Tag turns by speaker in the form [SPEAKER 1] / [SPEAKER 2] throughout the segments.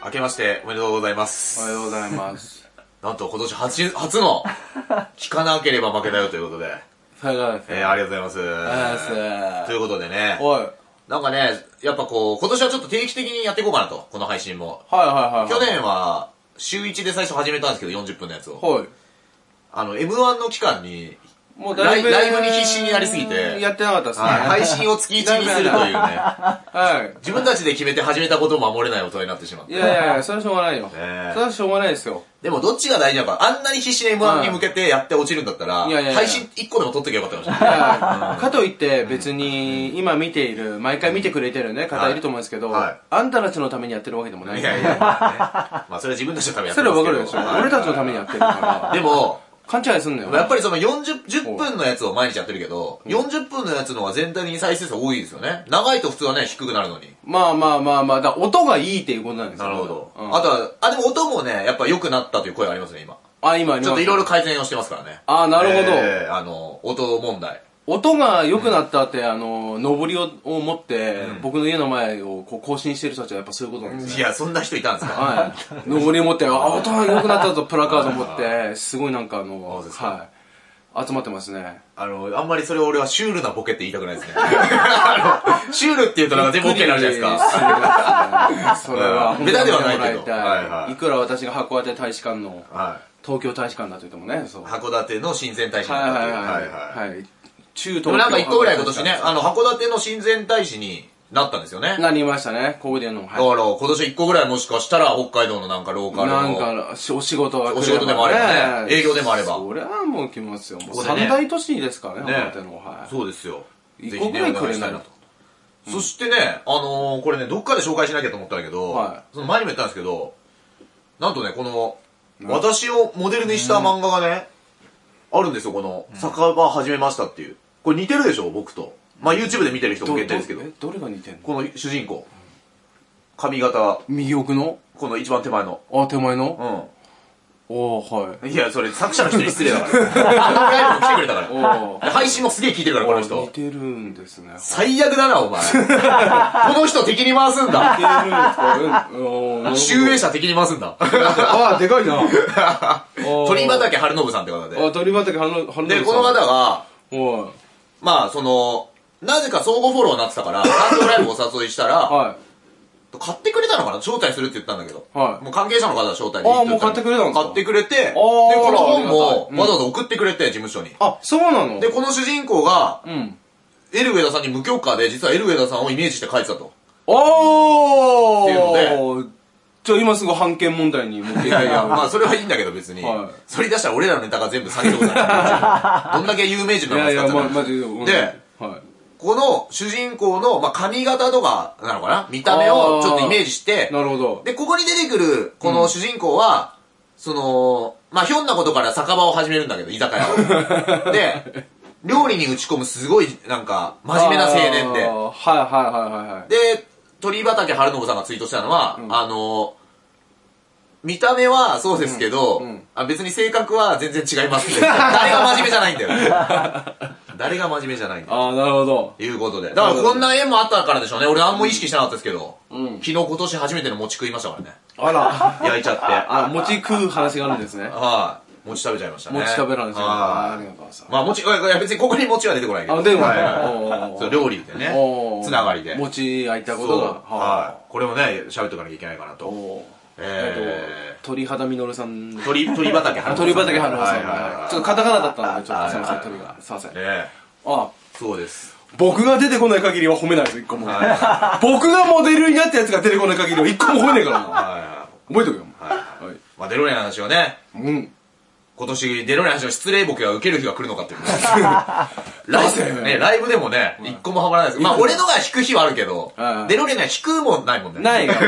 [SPEAKER 1] 明けましておめでとうございます。
[SPEAKER 2] おはようございます。
[SPEAKER 1] なんと今年初の聞かなければ負けだよということで。
[SPEAKER 2] さよならです。
[SPEAKER 1] ありがとうございます。ということでね。
[SPEAKER 2] おい。
[SPEAKER 1] なんかね、やっぱこう、今年はちょっと定期的にやっていこうかなと、この配信も。
[SPEAKER 2] はいはいはい。
[SPEAKER 1] 去年は週1で最初始めたんですけど、40分のやつを。
[SPEAKER 2] はい。
[SPEAKER 1] M1 の期間に、
[SPEAKER 2] もう
[SPEAKER 1] ライブに必死になりすぎて、
[SPEAKER 2] やってなかったですね。
[SPEAKER 1] 配信を月1にするというね。
[SPEAKER 2] はい。
[SPEAKER 1] 自分たちで決めて始めたことを守れない大人になってしまって。
[SPEAKER 2] いやいや、それはしょうがないよ。それはしょうがないですよ。
[SPEAKER 1] でもどっちが大事なのか、あんなに必死に M1 に向けてやって落ちるんだったら、配信1個でも撮っとけばよかったかもしれない。
[SPEAKER 2] かといって別に今見ている、毎回見てくれてるね、方いると思うんですけど、あんたたちのためにやってるわけでもない。
[SPEAKER 1] いやいや、まあそれは自分たちのためにやってる。
[SPEAKER 2] それはわかるでしょ。俺たちのためにやってるから。
[SPEAKER 1] でも、
[SPEAKER 2] 勘違いすんのよ。
[SPEAKER 1] やっぱりその10分のやつを毎日やってるけど、40分のやつの方が全体に再生数多いですよね。長いと普通はね、低くなるのに。
[SPEAKER 2] まあ、だ音がいいっていうことなんですよ。
[SPEAKER 1] なるほど。あとは、でも音もね、やっぱ良くなったという声ありますね、今。
[SPEAKER 2] 今
[SPEAKER 1] ちょっといろいろ改善をしてますからね。
[SPEAKER 2] なるほ
[SPEAKER 1] ど。音問題。
[SPEAKER 2] 音が良くなったって、上りを持って、僕の家の前を更新してる人たちはやっぱそういうことなんですね。
[SPEAKER 1] いや、そんな人いたんですか？
[SPEAKER 2] はい。上りを持って、音が良くなったとプラカード持って、すごいなんかはい。集まってますね。
[SPEAKER 1] あんまりそれ俺はシュールなボケって言いたくないですね。シュールって言うとなんか全部 OK になるじゃないですか。
[SPEAKER 2] それは、
[SPEAKER 1] ベタではないけど。
[SPEAKER 2] いくら私が函館大使館の、東京大使館だと言ってもね、
[SPEAKER 1] 函館の親善大使になったという。
[SPEAKER 2] はい。
[SPEAKER 1] でもなんか1個ぐらい今年ね、函館の親善大使になったんですよね。
[SPEAKER 2] なりましたね、ここでの。
[SPEAKER 1] だから今年1個ぐらいもしかしたら北海道のなんかローカルの。
[SPEAKER 2] なんか、お仕事
[SPEAKER 1] でもあればね。営業でもあれば。
[SPEAKER 2] それはもう来ますよ。三大都市ですからね、函館の。
[SPEAKER 1] そうですよ。
[SPEAKER 2] 1個ぐらいくれないと。
[SPEAKER 1] そしてね、これね、どっかで紹介しなきゃと思ったんだけど、その前にも言ったんですけど、なんとね、この、私をモデルにした漫画がね、あるんですよ、この、酒場始めましたっていう。これ似てるでしょ、僕と。まあ YouTube で見てる人も限定ですけど。
[SPEAKER 2] どれが似てんの？
[SPEAKER 1] この主人公。髪型。
[SPEAKER 2] 右奥の？
[SPEAKER 1] この一番手前の。
[SPEAKER 2] 手前の？はい。
[SPEAKER 1] いや、それ作者の人に失礼だから。このライブも来てくれたから。配信もすげえ聞いてるから、この人。
[SPEAKER 2] 似てるんですね。
[SPEAKER 1] 最悪だな、お前。この人敵に回すんだ。
[SPEAKER 2] 似てるんですか？
[SPEAKER 1] 集英社敵に回すんだ。
[SPEAKER 2] でかいな。
[SPEAKER 1] 鳥畑春信さんって方で。
[SPEAKER 2] 鳥畑春信さん。
[SPEAKER 1] で、この方が、まあ、なぜか相互フォローになってたから、誕生ライブをお誘いしたら、買ってくれたのかな？招待するって言ったんだけど。もう関係者の方は招待で。
[SPEAKER 2] もう買ってくれたんですか？
[SPEAKER 1] 買ってくれて、で、この本もわざわざ送ってくれて、事務所に。
[SPEAKER 2] そうなの？
[SPEAKER 1] で、この主人公が、エルウェダさんに無許可で、実はエルウェダさんをイメージして書いてたと。っていうので、
[SPEAKER 2] 今すぐ判権問題に持ってい
[SPEAKER 1] やいや、まあそれはいいんだけど別に。それ出したら俺らのネタが全部下げることになる。どんだけ有名人なのか使ってたで、この主人公の髪型とかなのかな見た目をちょっとイメージして、
[SPEAKER 2] なるほど。
[SPEAKER 1] で、ここに出てくるこの主人公は、まあひょんなことから酒場を始めるんだけど、居酒屋を。で、料理に打ち込むすごいなんか真面目な青年で。で、鳥畑春信さんがツイートしたのは、見た目はそうですけど、別に性格は全然違いますって。誰が真面目じゃないんだよ。誰が真面目じゃないんだよ。
[SPEAKER 2] なるほど。
[SPEAKER 1] いうことで。だからこんな縁もあったからでしょうね。俺何も意識してなかったですけど、昨日今年初めての餅食いましたからね。焼いちゃって。
[SPEAKER 2] 餅食う話があるんですね。
[SPEAKER 1] 餅食べちゃいましたね。
[SPEAKER 2] 餅食べらんですよ。ありがとうございます。
[SPEAKER 1] まあ餅、いや別にここに餅は出てこないけど。
[SPEAKER 2] 出てこない。
[SPEAKER 1] 料理でね。つながりで。
[SPEAKER 2] 餅焼いたことが。
[SPEAKER 1] これもね、喋っとかなきゃいけないかなと。
[SPEAKER 2] 鳥肌実さん。
[SPEAKER 1] 鳥畑春
[SPEAKER 2] 鳥畑春さん。ちょっとカタカナだったので、ちょっとすいません、鳥が。すいません。
[SPEAKER 1] そうです。
[SPEAKER 2] 僕が出てこない限りは褒めないです、一個も。僕がモデルになったやつが出てこない限りは一個も褒めないからな。覚えとくよ。
[SPEAKER 1] まあ、デロリアンの話をね。今年、デロリアンの話の失礼ボケが受ける日が来るのかっていう。ライブでもね、一個もハマらないです。まあ、俺のが弾く日はあるけど、デロリアンには弾くもないもんね。
[SPEAKER 2] ないから。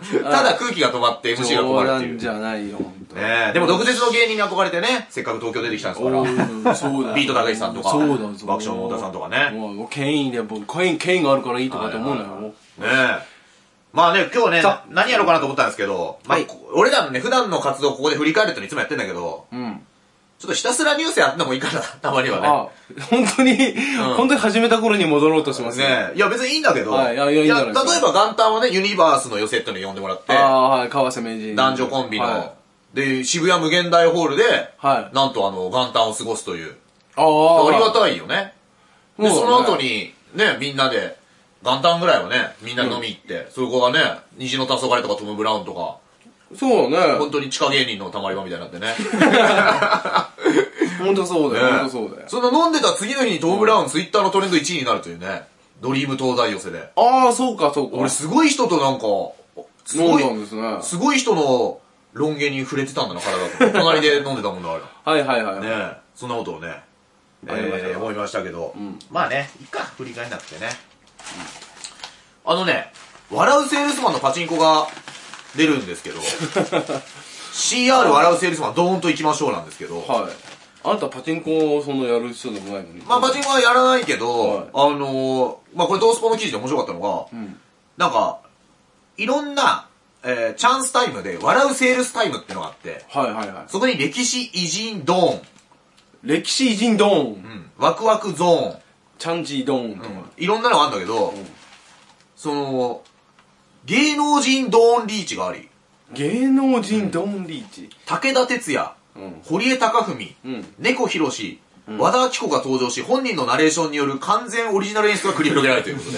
[SPEAKER 1] ただ空気が止まって MC が困るっていう。
[SPEAKER 2] じゃないよ、
[SPEAKER 1] でも、毒舌の芸人に憧れてね、せっかく東京出てきたんですから。ビートたけしさんとか、爆笑の太田さんとかね。
[SPEAKER 2] 権威があるからいいとかって思うのよ。
[SPEAKER 1] まあね、今日ね、何やろうかなと思ったんですけど、まあ、俺らのね、普段の活動をここで振り返るってのいつもやってんだけど、 ちょっとひたすらニュースやってもいいかな、たまにはね。
[SPEAKER 2] 本当に始めた頃に戻ろうとしますね。
[SPEAKER 1] いや別にいいんだけど、例えば元旦はね、ユニバースの寄せってのを呼んでもらって、
[SPEAKER 2] 川瀬名人。
[SPEAKER 1] 男女コンビの、で、渋谷無限大ホールで、なんと元旦を過ごすという。ありがたいよね。で、その後に、ね、みんなで、元旦ぐらいはね、みんな飲み行って、そこがね、虹の黄昏とかトム・ブラウンとか、
[SPEAKER 2] そうね。
[SPEAKER 1] 本当に地下芸人のたまり場みたいになってね。
[SPEAKER 2] 本当そうだよ、本当そうだよ。
[SPEAKER 1] その飲んでた次の日にトム・ブラウンツイッターのトレンド1位になるというね。ドリーム東大寄せで。
[SPEAKER 2] そうか。
[SPEAKER 1] 俺すごい人となんか、
[SPEAKER 2] 飲んだんですね。
[SPEAKER 1] すごい人のロン毛に触れてたんだな、体と。隣で飲んでたもんだから。ねそんなことをね、思いましたけど。まあね、いいか、振り返んなくてね。笑うセールスマンのパチンコが出るんですけど、CR 笑うセールスマンドーンと行きましょうなんですけど、
[SPEAKER 2] あなたパチンコをそんなやる人でもないのに。
[SPEAKER 1] まあパチンコはやらないけど、まあこれトースポの記事で面白かったのが、なんか、いろんな、チャンスタイムで笑うセールスタイムってのがあって、そこに歴史偉人ドーン、
[SPEAKER 2] 歴史偉人ドーン、
[SPEAKER 1] ワクワクゾーン、
[SPEAKER 2] チャンジードーンとか、
[SPEAKER 1] いろんなのがあるんだけど、その、芸能人ドーンリーチがあり、
[SPEAKER 2] 芸能人ドーンリーチ、
[SPEAKER 1] 武田鉄矢、堀江貴文、猫ひろし、和田アキ子が登場し、本人のナレーションによる完全オリジナル演出が繰り広げられるという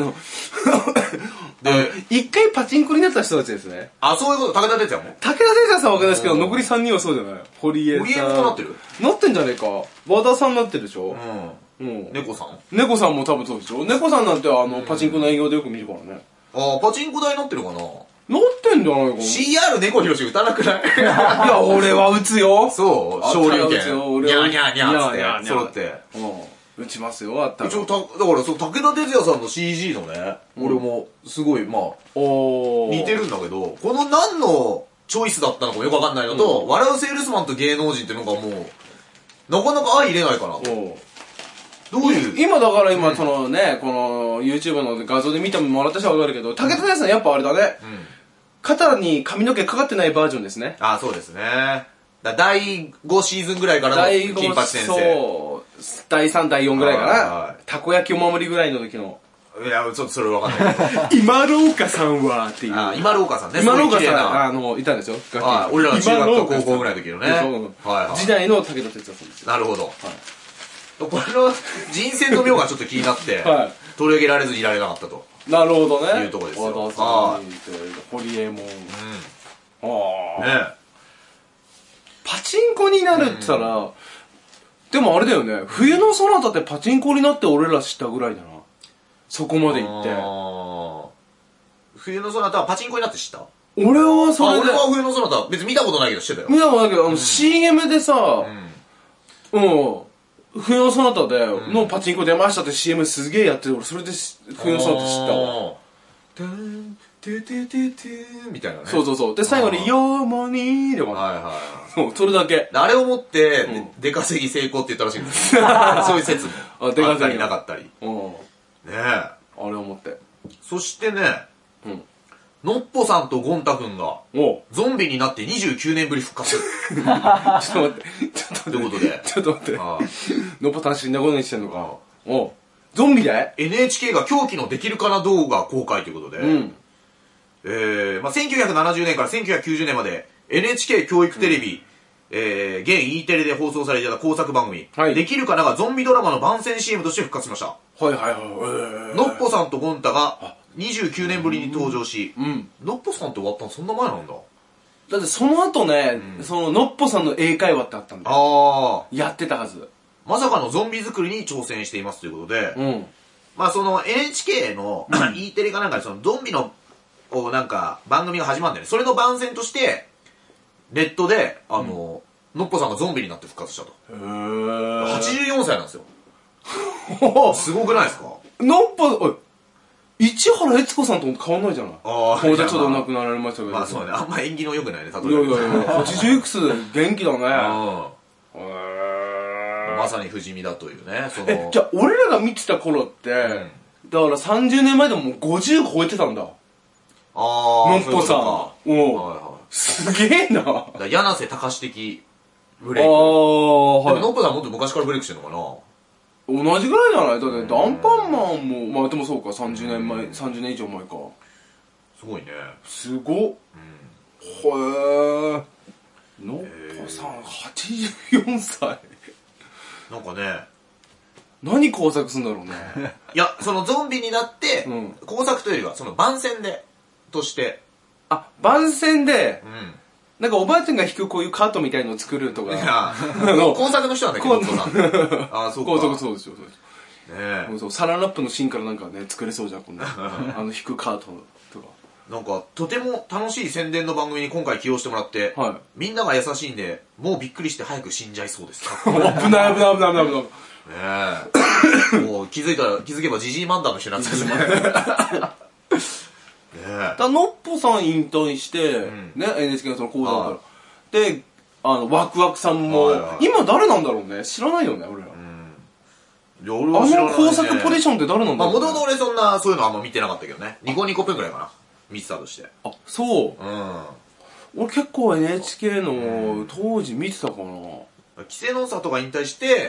[SPEAKER 1] ことで。
[SPEAKER 2] で、一回パチンコになった人たちですね。
[SPEAKER 1] そういうこと、武田鉄矢も。
[SPEAKER 2] 武田鉄矢さんはわかんないですけど、残り3人はそうじゃない。堀江さん。
[SPEAKER 1] 堀江もなってる？
[SPEAKER 2] なってんじゃねえか。和田さんなってるでしょ。
[SPEAKER 1] 猫さん？
[SPEAKER 2] 猫さんも多分そうでしょ。猫さんなんてパチンコの営業でよく見るからね。
[SPEAKER 1] パチンコ台になってるかな？
[SPEAKER 2] なってんじゃないかな。
[SPEAKER 1] CR 猫ひろし打たなくない？
[SPEAKER 2] いや、俺は打つよ。
[SPEAKER 1] そう、昇竜拳。ニャーニャーニャーって、揃って。
[SPEAKER 2] 打ちますよ、あったら。
[SPEAKER 1] 一応、だから、武田鉄矢さんの CG のね、俺も、すごい、まあ、似てるんだけど、この何のチョイスだったのかよくわかんないのと、笑うセールスマンと芸能人ってのがもう、なかなか相入れないかなと。どういう
[SPEAKER 2] 今だから今、そのね、この YouTube の画像で見てもらった人はわかるけど、武田鉄矢さんやっぱあれだね。肩に髪の毛かかってないバージョンですね。
[SPEAKER 1] そうですね。第5シーズンぐらいからの金八先生。
[SPEAKER 2] そう。第3、第4ぐらいかな。たこ焼きお守りぐらいの時の。
[SPEAKER 1] いや、ちょっとそれわかんない
[SPEAKER 2] けど。今廊下さんはっていう。
[SPEAKER 1] 今廊下さんね。
[SPEAKER 2] 今廊下さん、いたんですよ。
[SPEAKER 1] 俺らが中学と高校ぐらいの時のね。
[SPEAKER 2] 時代の武田鉄矢さんですよ。
[SPEAKER 1] なるほど。これの人選の妙がちょっと気になって、取り上げられずにいられなかったと。
[SPEAKER 2] なるほどね。
[SPEAKER 1] いうところですよ。
[SPEAKER 2] 和田さん、堀江門。パチンコになるって言ったら、でもあれだよね、冬のソナタってパチンコになって俺ら知ったぐらいだな。そこまで行って。
[SPEAKER 1] 冬のソナタはパチンコになって知った？
[SPEAKER 2] 俺はそれで。
[SPEAKER 1] 俺は冬のソナタ別に見たことないけど知ってたよ。
[SPEAKER 2] 見たことないけど、CM でさ、冬のソナタで、のパチンコ出ましたって CM すげえやってる。俺それで冬のソナタ知ったわ。
[SPEAKER 1] トゥン、トゥトゥトゥトゥみたいなね。
[SPEAKER 2] そう。で、最後に、ヨーマニーでもそう、それだけ。
[SPEAKER 1] あれをもって、出稼ぎ成功って言ったらしいんですよ。そういう説も。出稼ぎなかったり。ねえ。あ
[SPEAKER 2] れをもって。
[SPEAKER 1] そしてね、のっぽさんとゴンタくんが、ゾンビになって29年ぶり復活。
[SPEAKER 2] ちょっと待って。
[SPEAKER 1] ということで。
[SPEAKER 2] ちょっと待って。のっぽさん死んだことにしてんのか。ゾンビで
[SPEAKER 1] ?NHK が狂気のできるかな動画公開ということで、1970年から1990年まで NHK 教育テレビ、現 E テレで放送されていた工作番組、できるかながゾンビドラマの番宣 CM として復活しました。のっぽさんとゴンタが29年ぶりに登場し、のっぽさんって終わったのそんな前なんだ。
[SPEAKER 2] だってその後ね、そののっぽさんの英会話ってあったんだよ。やってたはず。
[SPEAKER 1] まさかのゾンビ作りに挑戦していますということで、まあその NHK の E テレかなんかでそのゾンビのなんか番組が始まるんだよね。それの番宣としてネットでのっぽさんがゾンビになって復活したと。84歳なんですよ。すごくないですか？
[SPEAKER 2] のっぽ、市原悦子さんと変わんないじゃない。これでちょっと亡くなられましたけど。
[SPEAKER 1] まあそうね、あんま縁起の良くないね、例えば。
[SPEAKER 2] いや、80いくつ元気だね。
[SPEAKER 1] まさに不死身だというね。
[SPEAKER 2] じゃあ俺らが見てた頃って、だから30年前でももう50超えてたんだ。のっぽさん。すげえな。
[SPEAKER 1] 柳瀬隆的ブレイク。でもノッポさんもっと昔からブレイクしてんのかな。
[SPEAKER 2] 同じぐらいじゃない？だってアンパンマンも、まあでもそうか、30年前、30年以上前か。
[SPEAKER 1] すごいね。
[SPEAKER 2] すごっ。へー。ノッポさん84歳。
[SPEAKER 1] なんかね、
[SPEAKER 2] 何工作するんだろうね。
[SPEAKER 1] いや、そのゾンビになって、工作というよりは、その番宣で、として。
[SPEAKER 2] あ、番宣で、なんかおばあちゃんが引くこういうカートみたいのを作るとか。いや、
[SPEAKER 1] 工作の人なんだけど、
[SPEAKER 2] あ、そうか。工作そうですよ、そうです。
[SPEAKER 1] ね
[SPEAKER 2] そう、サランラップの芯からなんかね、作れそうじゃん、こんな。引くカートとか。
[SPEAKER 1] なんか、とても楽しい宣伝の番組に今回起用してもらって、みんなが優しいんで、もうびっくりして早く死んじゃいそうです。
[SPEAKER 2] 危ない。
[SPEAKER 1] ねえ。もう気づけばジジイ漫談の人になってしまう。
[SPEAKER 2] だのっぽさん引退して、ね、NHK のその講座から。で、ワクワクさんも、今誰なんだろうね。知らないよね、俺ら。あの工作ポジションって誰なんだろうね。
[SPEAKER 1] まあ、もともと俺そういうのあんま見てなかったけどね。ニコニコペンぐらいかな。見てたとして。
[SPEAKER 2] あ、そう。俺結構 NHK の当時見てたかな。
[SPEAKER 1] 稀勢の里が引退して、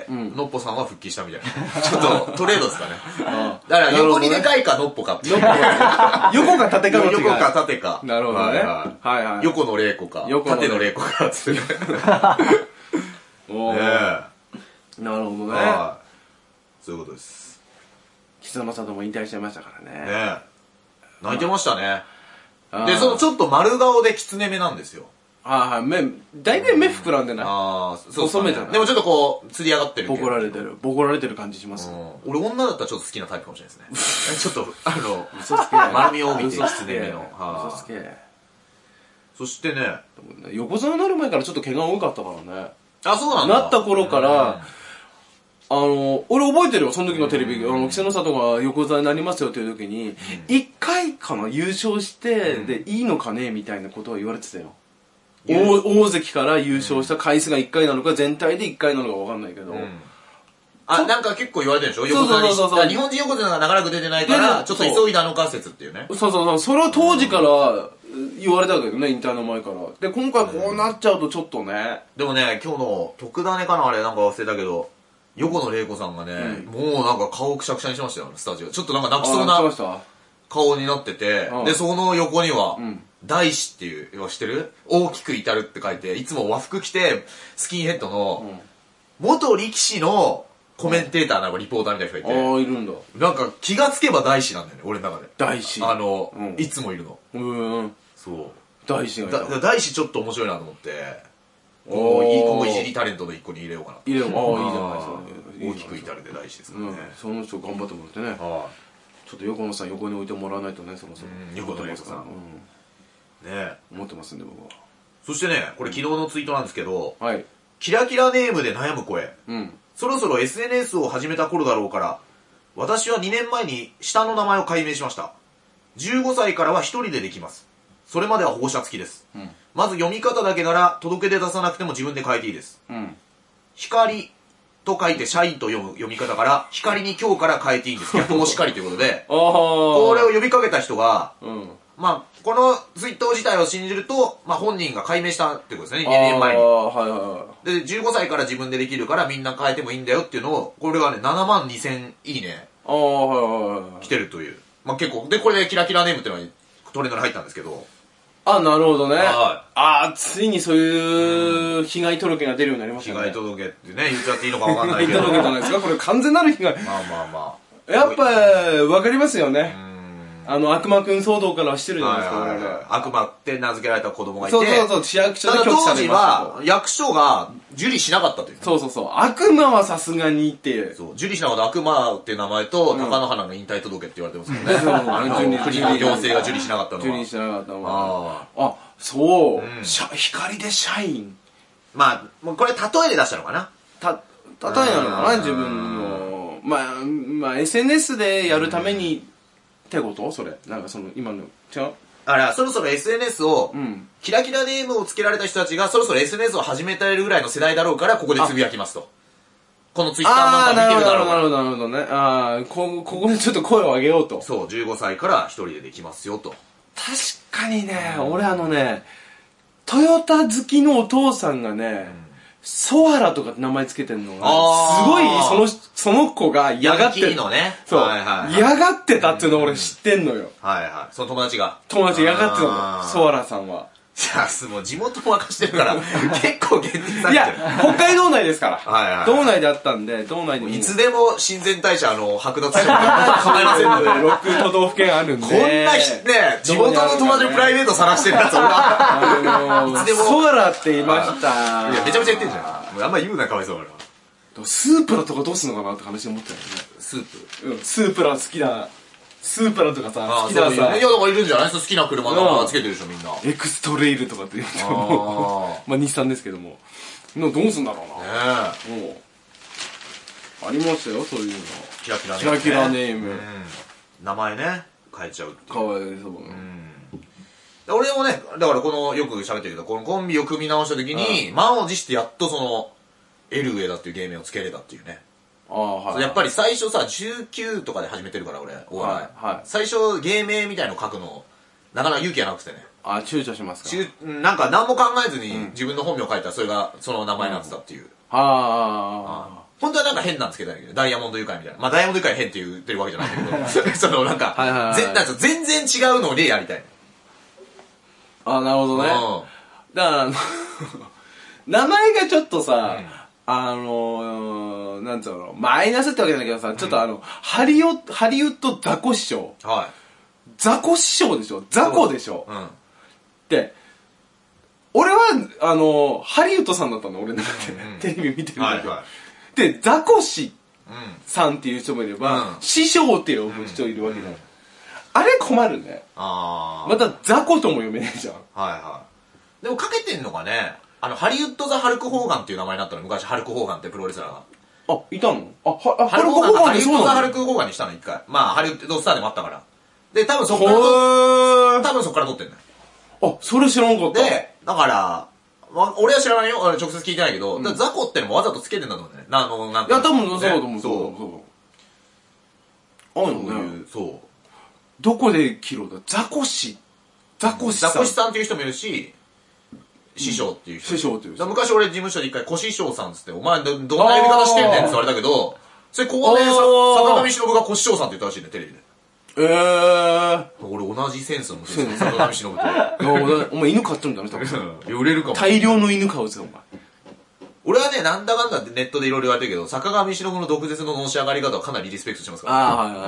[SPEAKER 1] のっぽさんは復帰したみたいな。ちょっとトレードですかね。だから横にでかいかのっぽかって。横
[SPEAKER 2] か縦かの違い。
[SPEAKER 1] 横か縦か。
[SPEAKER 2] なるほどね。はい。
[SPEAKER 1] 横の玲子か。縦の玲子か。つって。
[SPEAKER 2] なるほどね。
[SPEAKER 1] そういうことです。
[SPEAKER 2] 稀勢の里も引退しちゃいましたからね。
[SPEAKER 1] ね泣いてましたね。で、ちょっと丸顔で狐目なんですよ。
[SPEAKER 2] はい、大体目膨らんでない。細めじゃない。
[SPEAKER 1] でもちょっとこう、つり上がってる。
[SPEAKER 2] ボコられてる感じします。
[SPEAKER 1] 俺女だったらちょっと好きなタイプかもしれないですね。ちょっと、嘘つけ。丸みを帯びて狐目の。
[SPEAKER 2] 嘘つけ。
[SPEAKER 1] そしてね、
[SPEAKER 2] 横綱になる前からちょっと怪我多かったからね。
[SPEAKER 1] あ、そうなんだ。
[SPEAKER 2] なった頃から、俺覚えてるよ、その時のテレビ、稀勢の里が横綱になりますよっていう時に、一回かな、優勝して、で、いいのかねみたいなことは言われてたよ。大関から優勝した回数が1回なのか全体で1回なのか分かんないけど、
[SPEAKER 1] なんか結構言われてるでしょ、横綱に。そう日本人横綱が長らく出てないからちょっと急いだのか説っていうね。
[SPEAKER 2] そうそれは当時から言われたけどね、引退の前から。で今回こうなっちゃうとちょっとね。
[SPEAKER 1] でもね、今日の特ダネかな、あれなんか忘れたけど、横野玲子さんがね、もうなんか顔くしゃくしゃにしましたよ、スタジオ。ちょっとなんか泣きそうな顔になってて、でその横には大師っていう、知ってる？大きく至るって書いて、いつも和服着て、スキンヘッドの、元力士のコメンテーターなんかリポーターみたいな人がいて。
[SPEAKER 2] ああ、いるんだ。
[SPEAKER 1] なんか気がつけば大師なんだよね、俺の中で。
[SPEAKER 2] 大師
[SPEAKER 1] いつもいるの。そう。
[SPEAKER 2] 大師がいた。
[SPEAKER 1] 大師ちょっと面白いなと思って、今後いじりタレントの一個に入れようかな。
[SPEAKER 2] 入れよう。ああ、いいじゃないですか。
[SPEAKER 1] 大きく至るで大師ですからね。
[SPEAKER 2] その人頑張ってもらってね。ちょっと横野さん横に置いてもらわないとね、そろそろ。
[SPEAKER 1] 横野玲子さん。ね
[SPEAKER 2] 思ってますんで、僕は。
[SPEAKER 1] そしてね、これ昨日のツイートなんですけど、
[SPEAKER 2] はい。
[SPEAKER 1] キラキラネームで悩む声。そろそろ SNS を始めた頃だろうから、私は2年前に下の名前を改名しました。15歳からは一人でできます。それまでは保護者付きです。まず読み方だけなら届け出出さなくても自分で変えていいです。光と書いて社員と読み方から、光に今日から変えていいんです。逆もしかりということで、これを呼びかけた人が、まあ、このツイート自体を信じると、まあ本人が改名したってことですね、2年前に。で、15歳から自分でできるからみんな変えてもいいんだよっていうのを、これがね、72,000いいね、来てるという。まあ結構、で、これでキラキラネームっていうのがトレンドに入ったんですけど。
[SPEAKER 2] あ、なるほどね。ついにそういう被害届が出るようになりましたね。
[SPEAKER 1] 被害届ってね、言っちゃっていいのかわかんないけど。
[SPEAKER 2] 被害届じゃないですか、これ完全なる被害。
[SPEAKER 1] まあ。
[SPEAKER 2] やっぱ、わかりますよね。悪魔くん騒動からはしてるじゃないですか、
[SPEAKER 1] 悪魔って名付けられた子供がいて。
[SPEAKER 2] そう、市役所で拒否されました。
[SPEAKER 1] 当時は、役所が受理しなかったという。
[SPEAKER 2] そう。悪魔はさすがにって。
[SPEAKER 1] そう、受理しなかった悪魔っていう名前と、貴乃花の引退届って言われてますからね。国の行政が受理しなかったのは。
[SPEAKER 2] 受理しなかったのは。そう。光で社員。
[SPEAKER 1] まあ、これ例えで出したのかな。
[SPEAKER 2] 例えなのかな、自分の。まあ、SNS でやるために、ってことそれ。なんか今の、違う？
[SPEAKER 1] そろそろ SNS を、キラキラネームをつけられた人たちが、そろそろ SNS を始めたいるぐらいの世代だろうから、ここでつぶやきますと。このツイッターなんか見てるだろうから。
[SPEAKER 2] なるほどね。ここでちょっと声を上げようと。
[SPEAKER 1] そう、15歳から一人でできますよと。
[SPEAKER 2] 確かにね、俺トヨタ好きのお父さんがね、 ソアラとかって名前つけてんのが、
[SPEAKER 1] あー
[SPEAKER 2] すごい、その子が嫌がって
[SPEAKER 1] ヤンキーのね。
[SPEAKER 2] そう、
[SPEAKER 1] はいはいはい
[SPEAKER 2] 嫌がってたっていうのを俺知ってんのよ。
[SPEAKER 1] はいはい。その友達が。
[SPEAKER 2] 友達嫌がってたの、
[SPEAKER 1] あー
[SPEAKER 2] ソアラさんは。
[SPEAKER 1] いや、もう地元も明かしてるから、結構限定さ
[SPEAKER 2] いや
[SPEAKER 1] れてる。、
[SPEAKER 2] 北海道内ですから。
[SPEAKER 1] はいはい
[SPEAKER 2] 道内であったんで、道内でも。
[SPEAKER 1] いつでも親善大使剥奪しても構いませんので。
[SPEAKER 2] 6都道府県あるんで。
[SPEAKER 1] こんなね、地元の友達のプライベート晒してるやつ俺は。いつでも。
[SPEAKER 2] ソアラって言いました。
[SPEAKER 1] いや、めちゃめちゃ言ってんじゃん。もうあんま言うな、かわいそうだから。
[SPEAKER 2] スープラとかどうすんのかなって話思ったよね。
[SPEAKER 1] スープ
[SPEAKER 2] うん、スープラ好きな、スープラとかさ、好きなさ、
[SPEAKER 1] いや、だからいるんじゃない好きな車のつけてるでしょ、みんな。
[SPEAKER 2] エクストレイルとかって言うともう、まあ日産ですけども。どうすんだろうな。もう、ありましたよ、そういうの。
[SPEAKER 1] キラキラネーム。
[SPEAKER 2] キラキラネーム。
[SPEAKER 1] 名前ね、変えちゃうっていう。
[SPEAKER 2] かわいそう。
[SPEAKER 1] 俺もね、だからこの、よく喋ってるけど、このコンビを組み直した時に、満を持してやっとその、エルウェイだっていう芸名をつけれたっていうね。やっぱり最初さ、19とかで始めてるから俺、お笑い。最初芸名みたいの書くの、なかなか勇気がなくてね。
[SPEAKER 2] 躊躇しますか。
[SPEAKER 1] なんか何も考えずに自分の本名を書いたらそれがその名前になってたっていう。本当はなんか変なんですけど、ダイヤモンド愉快みたいな。まあダイヤモンド愉快変って言ってるわけじゃないんだけど、そのなんか、全然違うのでやりたい。
[SPEAKER 2] なるほどね。だから、名前がちょっとさ、なんつうの、マイナスってわけじゃないけどさ、ちょっとハリウッドザコ師匠。
[SPEAKER 1] はい。
[SPEAKER 2] ザコ師匠でしょザコでしょで、俺は、ハリウッドさんだったの、俺の中で。テレビ見てるから。で、ザコ師さんっていう人もいれば、師匠って呼ぶ人いるわけじゃん。あれ困るね。またザコとも読めないじゃん。
[SPEAKER 1] はいはい。でもかけてんのがね、ハリウッド・ザ・ハルク・ホーガンっていう名前になったの、昔ハルク・ホーガンってプロレスラーが。
[SPEAKER 2] いたの
[SPEAKER 1] ハルク・ホーガンハリウッド・ザ・ハルク・ホーガンにしたの、一回。まあ、ハリウッドスターでもあったから。で、多分そっから撮ってんだよ。
[SPEAKER 2] それ知らんかった。
[SPEAKER 1] で、だから、俺は知らないよ。直接聞いてないけど、ザコってのもわざとつけてんだと思うんだよね。なんか。
[SPEAKER 2] いや、多分そうだと思う。そう。
[SPEAKER 1] そう。
[SPEAKER 2] どこで切ろうだザコシさ
[SPEAKER 1] んっていう人もいるし、師匠っていう人。
[SPEAKER 2] 師匠っていう人。
[SPEAKER 1] 昔俺事務所で一回小師匠さんつって、お前どんな呼び方してんねんって言われたけど、それここで坂上忍が小師匠さんって言ったらしいね、テレビで。俺同じセンスの持ちです坂上忍と。
[SPEAKER 2] お前犬飼ってるんだね、多
[SPEAKER 1] 分。売れるかも。
[SPEAKER 2] 大量の犬飼うぜ、お前。
[SPEAKER 1] 俺はね、なんだかんだってネットでいろいろ言われてるけど、坂上忍の毒舌ののし上がり方はかなりリスペクトしてますから。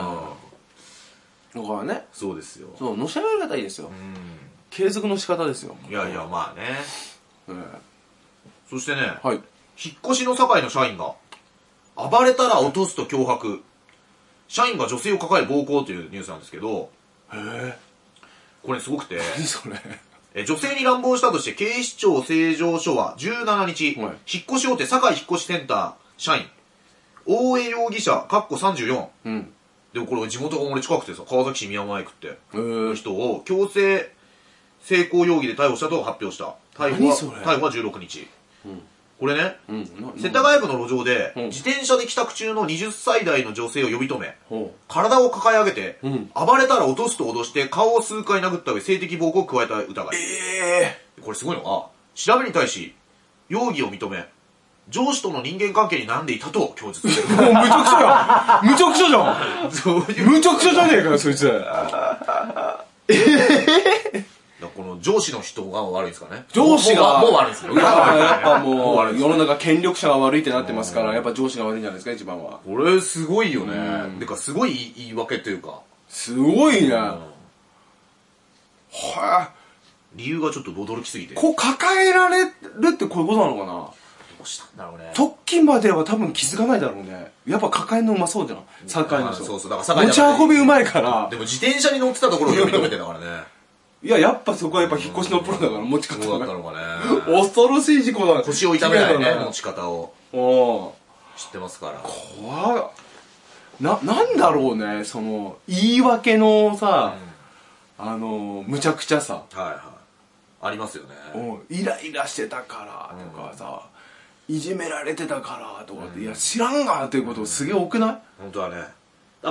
[SPEAKER 2] だからね。
[SPEAKER 1] そうですよ。
[SPEAKER 2] そう、のし上がり方いいですよ。継続の仕方ですよ。
[SPEAKER 1] いやいや、まあね。そしてね、引っ越しの境の社員が、暴れたら落とすと脅迫。社員が女性を抱え暴行というニュースなんですけど、これすごくて、
[SPEAKER 2] 何それ。
[SPEAKER 1] 女性に乱暴したとして警視庁成城署は17日、引っ越し大手堺引っ越しセンター社員、大江容疑者、34。でもこれ地元が俺近くてさ、川崎市宮前区っての人を強制性交容疑で逮捕したと発表した。逮捕は16日。これね、世田谷区の路上で、自転車で帰宅中の20歳代の女性を呼び止め、体を抱え上げて、暴れたら落とすと脅して顔を数回殴った上、性的暴行を加えた疑い。これすごいのが、調べに対し、容疑を認め、上司との人間関係に悩んでいたと供述してる。
[SPEAKER 2] もうむちゃくちゃじゃん。むちゃくちゃじゃん。むちゃくちゃじゃねえかよ、そいつ。
[SPEAKER 1] この上司の人が悪いんですかね。
[SPEAKER 2] 上司が
[SPEAKER 1] もう悪いんですよ。
[SPEAKER 2] やっぱもう世の中権力者が悪いってなってますから、やっぱ上司が悪いんじゃないですか、一番は。
[SPEAKER 1] これすごいよね。てかすごい言い訳というか。
[SPEAKER 2] すごいね。
[SPEAKER 1] 理由がちょっと驚きすぎて。
[SPEAKER 2] 抱えられるってこういうことなのかな。
[SPEAKER 1] どうしたんだろうね。
[SPEAKER 2] 突起までは多分気づかないだろうね。やっぱ抱えるのうまそうじゃん。堺の人。
[SPEAKER 1] そうそう、だから
[SPEAKER 2] 持ち運びうまいから。
[SPEAKER 1] でも自転車に乗ってたところを呼び止めてんだからね。
[SPEAKER 2] いや、やっぱそこはやっぱ引っ越しのプロだから持ち方が。
[SPEAKER 1] そうだったのかね。
[SPEAKER 2] 恐ろしい事故だ。
[SPEAKER 1] 腰を痛めないね、持ち方を。知ってますから。
[SPEAKER 2] 怖っ。なんだろうね、その、言い訳のさ、むちゃくちゃさ。
[SPEAKER 1] ありますよね。
[SPEAKER 2] イライラしてたからとかさ、いじめられてたからとかって、いや、知らんがっていうことすげえ多くない？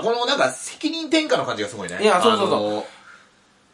[SPEAKER 1] 本当はね。このなんか責任転嫁の感じがすごいね。
[SPEAKER 2] いや、そう。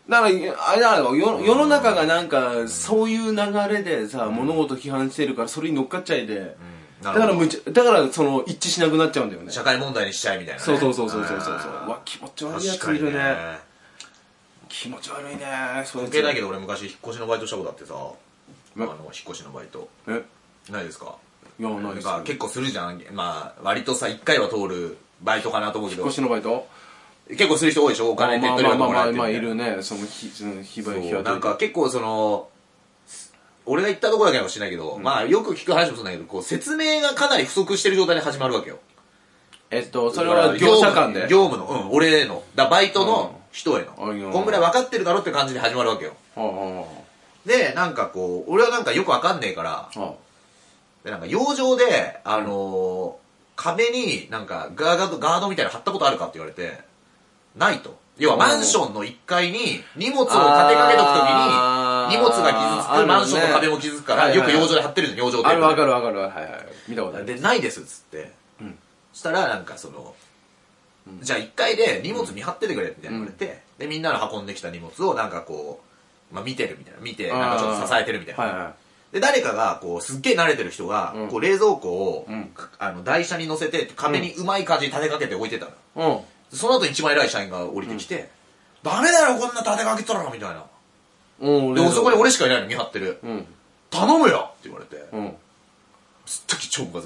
[SPEAKER 2] だから、あれだろ、世の中がなんか、そういう流れでさ、物事批判してるから、それに乗っかっちゃいで、だからその、一致しなくなっちゃうんだよね。
[SPEAKER 1] 社会問題にしちゃいみたいなね。
[SPEAKER 2] そう。うわ、気持ち悪いやついるね。気持ち悪いね。
[SPEAKER 1] 関係ないけど、俺昔引っ越しのバイトしたことあってさ、引っ越しのバイト。ないですか？
[SPEAKER 2] いや、ないです。
[SPEAKER 1] 結構するじゃん。まあ、割とさ、一回は通るバイトかなと思うけど。
[SPEAKER 2] 引っ越しのバイト
[SPEAKER 1] 結構する人多いでしょ？お金手っ取りがもらえて。
[SPEAKER 2] まあ、いるね。その非売品
[SPEAKER 1] なんか結構その、俺が行ったところだけかもしれないけど、まあよく聞く話もそうなんだけど、こう説明がかなり不足してる状態で始まるわけよ。
[SPEAKER 2] それは業者間で
[SPEAKER 1] 業務の、俺への。バイトの人への。こんぐらい分かってるだろって感じで始まるわけよ。で、なんかこう、俺はなんかよく分かんねえから、で、なんか養生で、壁になんかガードみたいなの貼ったことあるかって言われて、ないと。要はマンションの1階に荷物を立てかけとくときに、荷物が傷つく、マンションの壁も傷つくから、よく養生で貼ってるじゃん、養生テープ。
[SPEAKER 2] わかる。はいはい。見たことある。
[SPEAKER 1] で、ないですっつって。そしたら、なんかその、じゃあ1階で荷物見張っててくれ、みたいな言われて、で、みんなの運んできた荷物をなんかこう、まあ見てるみたいな。見て、なんかちょっと支えてるみたいな。で、誰かが、こう、すっげえ慣れてる人が、こう、冷蔵庫を、台車に乗せて、壁にうまい感じに立てかけて置いてたの。その後一番偉い社員が降りてきて、ダメだよ、こんな立てかけたらみたいな。で、そこに俺しかいないの見張ってる。頼むよって言われて。ずっと超ムカつい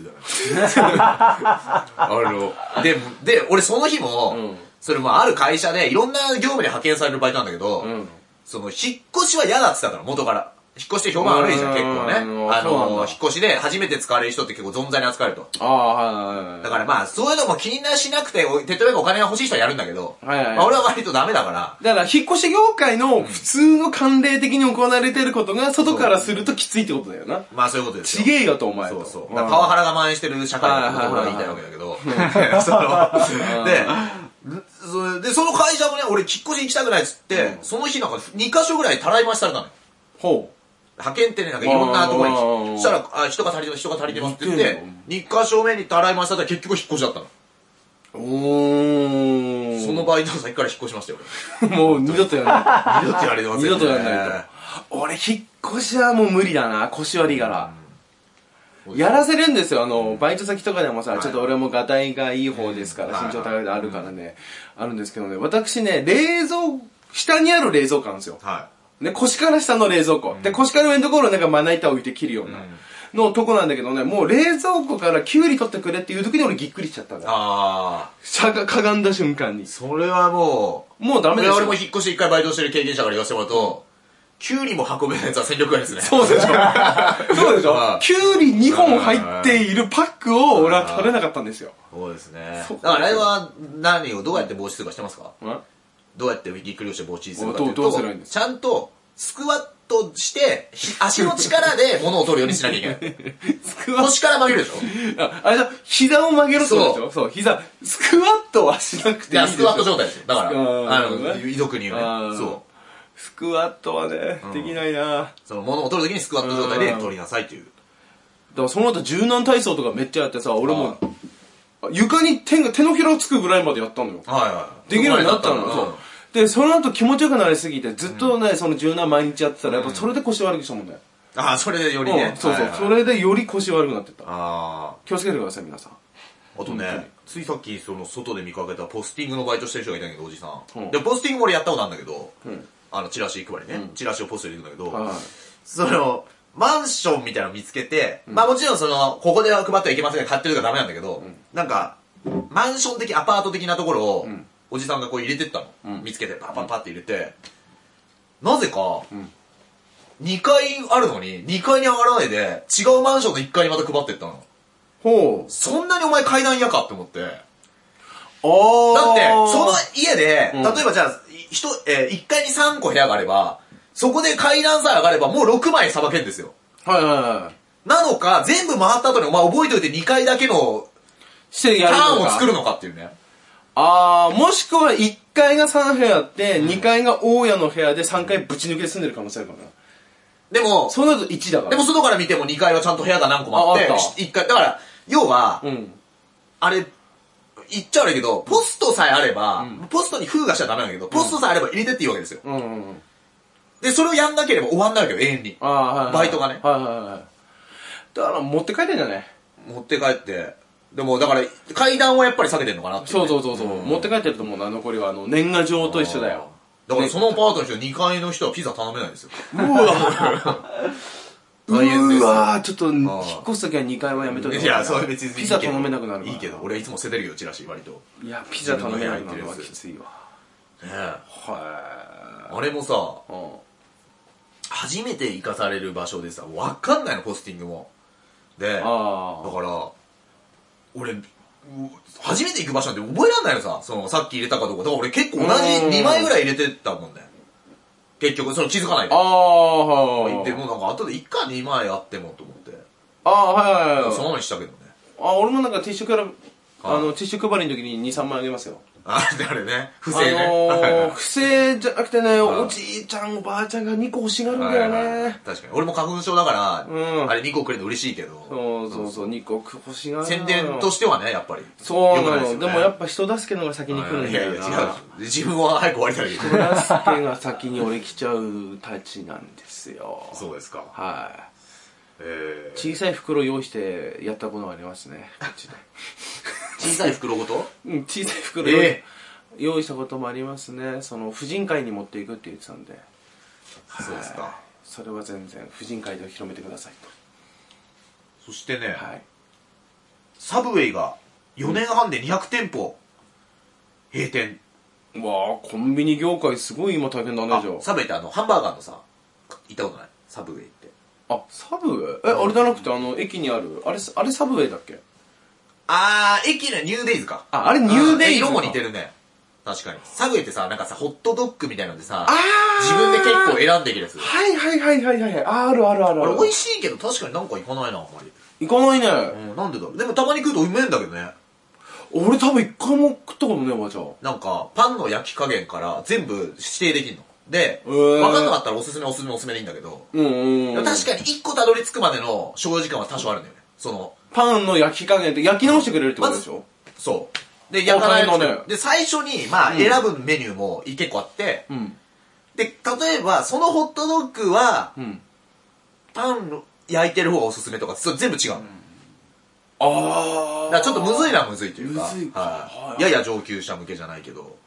[SPEAKER 1] たね。で、俺その日も、それもある会社で、いろんな業務で派遣されるバイトなんだけど、その、引っ越しは嫌だって言ってたの、元から。引っ越して評判悪いじゃん、結構ね。引っ越しで初めて使われる人って結構存在に扱われると。だからまあ、そういうのも気にしなくて、手っ取りがお金が欲しい人はやるんだけど、まあ俺は割とダメだから。
[SPEAKER 2] だから、引っ越し業界の普通の慣例的に行われてることが、外からするときついってことだよな。
[SPEAKER 1] まあそういうことですよ。
[SPEAKER 2] ちげえよと、お前。
[SPEAKER 1] そう。パワハラが蔓延してる社会だって俺は言いたいわけだけど。で、その会社もね、俺引っ越し行きたくないっつって、その日なんか2カ所ぐらいたらい回しされたのよ。
[SPEAKER 2] ほう。
[SPEAKER 1] 派遣ってね、なんかいろんなところに、そしたら、人が足りてますって言って、2カ所目にたらい回したら結局引っ越しだったの。そのバイト先から引っ越しましたよ、
[SPEAKER 2] 俺。もう二度とやらない。
[SPEAKER 1] 二度とやれてませんね。
[SPEAKER 2] 二度とやらないと。俺、引っ越しはもう無理だな、腰悪いから。やらせるんですよ、バイト先とかでもさ、ちょっと俺もガタイがいい方ですから、身長高いであるからね、あるんですけどね、私ね、下にある冷蔵庫なんですよ。ね、腰から下の冷蔵庫。で、腰から上のところなんかまな板を置いて切るような、のとこなんだけどね、もう冷蔵庫からキュウリ取ってくれっていう時に俺ぎっくりしちゃったんだよ。かがんだ瞬間に。
[SPEAKER 1] それはも
[SPEAKER 2] うダメですよ。
[SPEAKER 1] 俺も引っ越し一回バイトしてる経験者から言わせてもらうと、キュウリも運べないやつは戦力外ですね。
[SPEAKER 2] そうでしょそうでしょキュウリ2本入っているパックを俺は取れなかったんですよ。
[SPEAKER 1] そうですね。だからあれはどうやって防止するかしてますか？どうやってぎっくりをして防止するかというと、ちゃんとスクワットして、足の力で物を取るようにしなきゃいけない。腰から曲げるでしょ？
[SPEAKER 2] あれだ、膝を曲げるってことでしょ？そう、膝。スクワットはしなくていいでしょ。
[SPEAKER 1] スクワット状態ですよ。だから、遺族に言うね。そう。
[SPEAKER 2] スクワットはね、できないな。
[SPEAKER 1] その物を取るときにスクワット状態で取りなさいっていう。
[SPEAKER 2] だからその後柔軟体操とかめっちゃやってさ、俺も、床に手のひらをつくぐらいまでやったのよ。できるようになったのよ。で、その後気持ちよくなりすぎて、ずっとね、その柔軟毎日やってたら、やっぱそれで腰悪くしたもんね。
[SPEAKER 1] それでよりね。
[SPEAKER 2] そう。それでより腰悪くなってた。気をつけてください、皆さん。
[SPEAKER 1] あとね、ついさっきその外で見かけたポスティングのバイトしてる人がいたんだけど、おじさん。で、ポスティングも俺やったことあるんだけど、チラシ配りね。チラシをポストで行くんだけど、その、マンションみたいなの見つけて、まあもちろんその、ここでは配ってはいけませんが買ってるとかダメなんだけど、なんか、マンション的アパート的なところを、おじさんがこう入れてったの。見つけて、パって入れて、なぜか、2階あるのに、2階に上がらないで、違うマンションの1階にまた配ってったの。そんなにお前階段嫌かって思って。だって、その家で、例えばじゃあ、1階に3個部屋があれば、そこで階段さえ上がればもう6枚さばけんですよ。なのか、全部回った後にお前覚えておいて2階だけのターンを作るのかっていうね。
[SPEAKER 2] もしくは1階が3部屋あって、2階が大家の部屋で3階ぶち抜けで住んでる可能性あるからな。
[SPEAKER 1] でも、
[SPEAKER 2] そうなると1だから。
[SPEAKER 1] でも外から見ても2階はちゃんと部屋が何個もあって、1階、だから、要は、あれ、 言っちゃ悪いけど、ポストさえあれば、ポストに封がしちゃダメなんだけど、ポストさえあれば入れてっていいわけですよ。で、それをやんなければ終わんないわけよ、永遠に。バイトがね。
[SPEAKER 2] だから持って帰ってんじゃね？
[SPEAKER 1] 持って帰って。でも、だから、階段はやっぱり下げてんのかなって。
[SPEAKER 2] そう。持って帰ってると思うな、残りは。年賀状と一緒だよ。
[SPEAKER 1] だからそのパートの人、2階の人はピザ頼めないんですよ。
[SPEAKER 2] うわ大変です。うわちょっと、引っ越すときは2階はやめといて。
[SPEAKER 1] いや、それ別に
[SPEAKER 2] ピザ頼めなくなるから。
[SPEAKER 1] いいけど、俺はいつも捨ててるよ、チラシ、割と。
[SPEAKER 2] いや、ピザ頼めなくなるのはきついわ。
[SPEAKER 1] ねえ。あれもさ、初めて行かされる場所でさ、わかんないの、ポスティングも。で、だから、俺、初めて行く場所なんて覚えらんないのさ、さっき入れたかどうか。だから俺結構同じ2枚ぐらい入れてたもんね。結局、気づかないで。でもなんか後で1回2枚あってもと思って。そのままにしたけどね。
[SPEAKER 2] 俺もなんかティッシュから、ティッシュ配りの時に2、3枚あげますよ。
[SPEAKER 1] あれね、不正ね。
[SPEAKER 2] 不正じゃなくてね、おじいちゃんおばあちゃんが2個欲しがるんだよね。
[SPEAKER 1] 確かに。俺も花粉症だから、あれ2個くれるの嬉しいけど。
[SPEAKER 2] そう、2個欲しがる。
[SPEAKER 1] 宣伝としてはね、やっぱり。
[SPEAKER 2] そうなの。でもやっぱ人助けのが先に来るんだよな。
[SPEAKER 1] いや、違う。自分は早く終わりたいけど。
[SPEAKER 2] 人助けが先に俺来ちゃうたちなんですよ。
[SPEAKER 1] そうですか。
[SPEAKER 2] はい。小さい袋用意してやったことがありますね。
[SPEAKER 1] 小さい袋ごと？
[SPEAKER 2] 小さい袋用意したこともありますね。婦人会に持っていくって言ってたんで。
[SPEAKER 1] そうですか。
[SPEAKER 2] それは全然婦人会で広めてくださいと。
[SPEAKER 1] そしてね、サブウェイが4年半で200店舗閉店。
[SPEAKER 2] うわぁ、コンビニ業界すごい今大変だね、じゃあ。
[SPEAKER 1] サブウェイってハンバーガーのさ、行ったことない？サブウェイって。
[SPEAKER 2] サブウェイ？あれじゃなくて駅にある、あれサブウェイだっけ？
[SPEAKER 1] 駅のニューデイズか。
[SPEAKER 2] あれニューデイズ。
[SPEAKER 1] 色も似てるね。確かに。サブウェイってさ、なんかさ、ホットドッグみたいなのでさ、自分で結構選んできるやつ。
[SPEAKER 2] はい。ある。
[SPEAKER 1] あれ美味しいけど確かになんか行かないな、あんまり。
[SPEAKER 2] 行かないね。
[SPEAKER 1] なんでだろう。でもたまに食うとうめえんだけどね。
[SPEAKER 2] 俺多分一回も食ったことねえわ、じゃあ。
[SPEAKER 1] なんか、パンの焼き加減から全部指定できんの。で、分かんなかったらおすすめでいいんだけど、確かに1個たどり着くまでの所要時間は多少あるんだよね。
[SPEAKER 2] パンの焼き加減って焼き直してくれるってことでしょ？
[SPEAKER 1] そう。で、焼かないのね。で、最初に、選ぶメニューも結構あって、で、例えば、そのホットドッグは、パン焼いてる方がおすすめとか、全部違うの。だからちょっとむずいなむずいというか、やや上級者向けじゃないけど。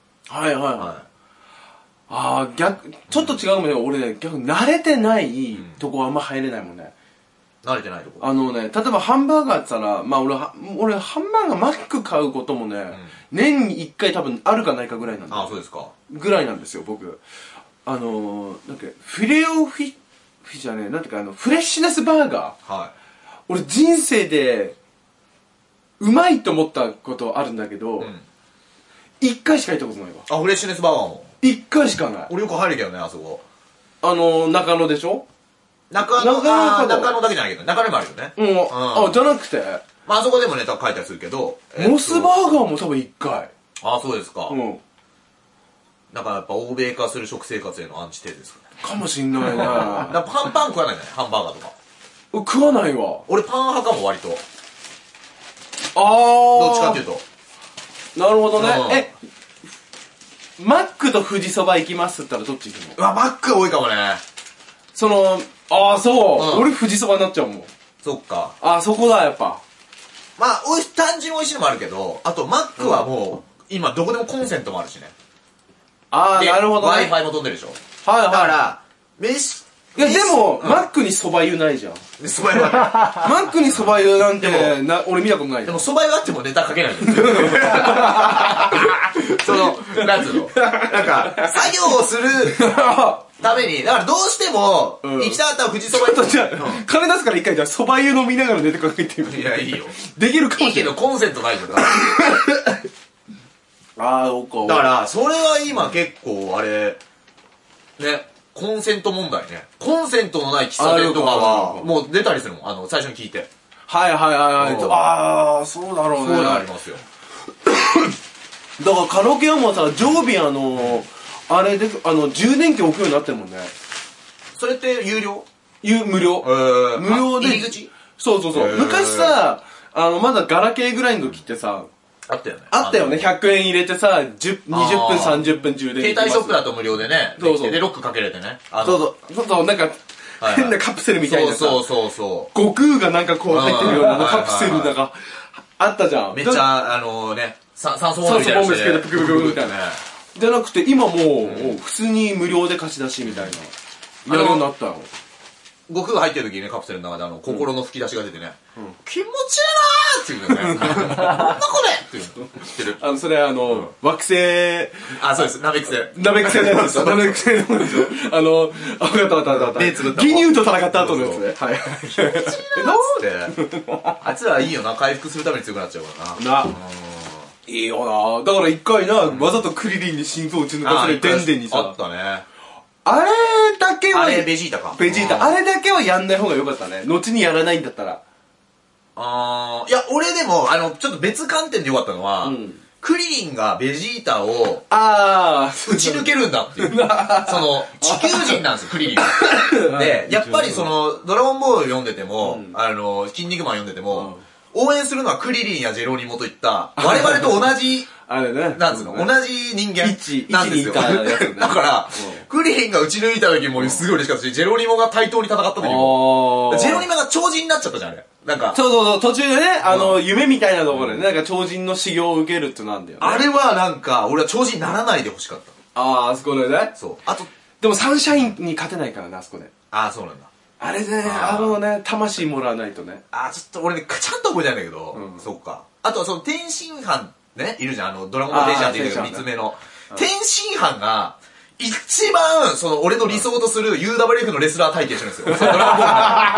[SPEAKER 2] ちょっと違うもんね。俺ね、逆に慣れてないとこはあんま入れないもんね。
[SPEAKER 1] 慣れてないとこ。
[SPEAKER 2] 例えばハンバーガーって言ったら、俺ハンバーガーマック買うこともね、年に1回多分あるかないかぐらいなんだよ。
[SPEAKER 1] そうですか。
[SPEAKER 2] ぐらいなんですよ、僕。なんか、フィレオフィじゃねえ、なんていうか、フレッシュネスバーガー。俺人生で、うまいと思ったことあるんだけど、1回しか行ったことないわ。
[SPEAKER 1] フレッシュネスバーガーも
[SPEAKER 2] 1回しかない。
[SPEAKER 1] 俺よく入るけどね、あそこ。
[SPEAKER 2] 中野でしょ？
[SPEAKER 1] 中野だけじゃないけど、中野もあるよね。
[SPEAKER 2] じゃなくて、
[SPEAKER 1] あそこでもネタ書いたりするけど。
[SPEAKER 2] モスバーガーも多分1回。
[SPEAKER 1] そうですか。なんかやっぱ欧米化する食生活へのアンチテーゼですかね。
[SPEAKER 2] かもしんないな。
[SPEAKER 1] パン食わないんだね、ハンバーガーとか。
[SPEAKER 2] 食わないわ。
[SPEAKER 1] 俺パン派かも割と。どっちかっていうと。
[SPEAKER 2] なるほどね。マックと富士そば行きますって言ったらどっち行くの？
[SPEAKER 1] マック多いかもね。
[SPEAKER 2] そう。俺富士そばになっちゃうもん。
[SPEAKER 1] そっか。
[SPEAKER 2] そこだ、やっぱ。
[SPEAKER 1] 単純に美味しいのもあるけど、あとマックはもう、今どこでもコンセントもあるしね。
[SPEAKER 2] なるほどね。
[SPEAKER 1] Wi-Fi も飛んでるでしょ。
[SPEAKER 2] だ
[SPEAKER 1] から、
[SPEAKER 2] いや、でも、マックに蕎麦湯ないじゃん。
[SPEAKER 1] 蕎麦湯は
[SPEAKER 2] マックに蕎麦湯なんて、俺見たことない。
[SPEAKER 1] でも蕎麦湯あってもネタかけないんですよ。なんつうの。なんか、作業をするために、だからどうしても、行きたかったら富士蕎麦湯。
[SPEAKER 2] じゃあ、金出すから一回じゃあ蕎麦湯飲みながらネタかけてみる。
[SPEAKER 1] いや、いいよ。
[SPEAKER 2] できるかもしれない。
[SPEAKER 1] いいけどコンセントないじゃん。
[SPEAKER 2] そうか。
[SPEAKER 1] だから、それは今結構、あれ、ね、コンセント問題ね。コンセントのない喫茶店とかは、もう出たりするもん。最初に聞いて。
[SPEAKER 2] そうだろうね。
[SPEAKER 1] そういうのありますよ。
[SPEAKER 2] だからカラオケはもうさ、常備あれで、充電器置くようになってるもんね。
[SPEAKER 1] それって有料？
[SPEAKER 2] 無料。無料で。
[SPEAKER 1] 入り口？
[SPEAKER 2] そう。昔さ、まだガラケーぐらいの時ってさ、
[SPEAKER 1] あったよね。
[SPEAKER 2] あったよね。100円入れてさ、20分、30分充電できます。
[SPEAKER 1] 携帯ショップだと無料でね。
[SPEAKER 2] そうそう。
[SPEAKER 1] で、ロックかけれてね。
[SPEAKER 2] そう、なんか、変なカプセルみたいなさ。
[SPEAKER 1] そう。
[SPEAKER 2] 悟空がなんかこう入ってるようなカプセルなんか、あったじゃん。
[SPEAKER 1] めっちゃ、酸素ボンベみたいな。酸素ボンベつけてプクプクみたいな。
[SPEAKER 2] じゃなくて、今もう、普通に無料で貸し出しみたいな。やるようになったの。
[SPEAKER 1] 悟空が入ってる時にね、カプセルの中で心の吹き出しが出てね、気持ちいいなーって言うのね。なんだこれって言うの。知ってる？
[SPEAKER 2] それ惑星、
[SPEAKER 1] そうです、ナメクセ。
[SPEAKER 2] ナメクセのやつですよ。ナメクセのやつ。わかった。ギニューと戦った後のやつね。はい。
[SPEAKER 1] 気持ちいいなーって。あいつらいいよな、回復するために強くなっちゃうからな。
[SPEAKER 2] いいよな。だから一回な、わざとクリリンに心臓を打ち抜かせるデンデンにさ。
[SPEAKER 1] あったね。
[SPEAKER 2] あれだけは、
[SPEAKER 1] あれ、ベジータか。
[SPEAKER 2] ベジータ。あれだけはやんない方がよかったね。後にやらないんだったら。
[SPEAKER 1] いや、俺でも、ちょっと別観点でよかったのは、クリリンがベジータを、打ち抜けるんだっていう。地球人なんですよ、クリリン。で、やっぱりドラゴンボール読んでても、筋肉マン読んでても、応援するのはクリリンやジェロニモといった、我々と同じ、
[SPEAKER 2] あれね。
[SPEAKER 1] なんつうの、同じ人間なんですよ。だから、クリリンが打ち抜いた時もすごい嬉しかったし、ジェロニモが対等に戦った時も、ジェロニモが超人になっちゃったじゃん、あれ。なんか。
[SPEAKER 2] そう、途中でね、夢みたいなところでね、なんか超人の修行を受けるってなんだよね。
[SPEAKER 1] あれはなんか、俺は超人にならないで欲しかった。
[SPEAKER 2] あそこでね。
[SPEAKER 1] そう。あと、
[SPEAKER 2] でもサンシャインに勝てないからね、あそこで。
[SPEAKER 1] そうなんだ。
[SPEAKER 2] あれね、魂もらわないとね。
[SPEAKER 1] ちょっと俺ね、ちゃんと覚えてないんだけど、そうか。あとは天津飯ね、いるじゃん、ドラゴンボール天津飯って言うけど、三つ目の。天津飯が、一番、俺の理想とする UWF のレスラー体験してるんですよ。ドラゴンボールの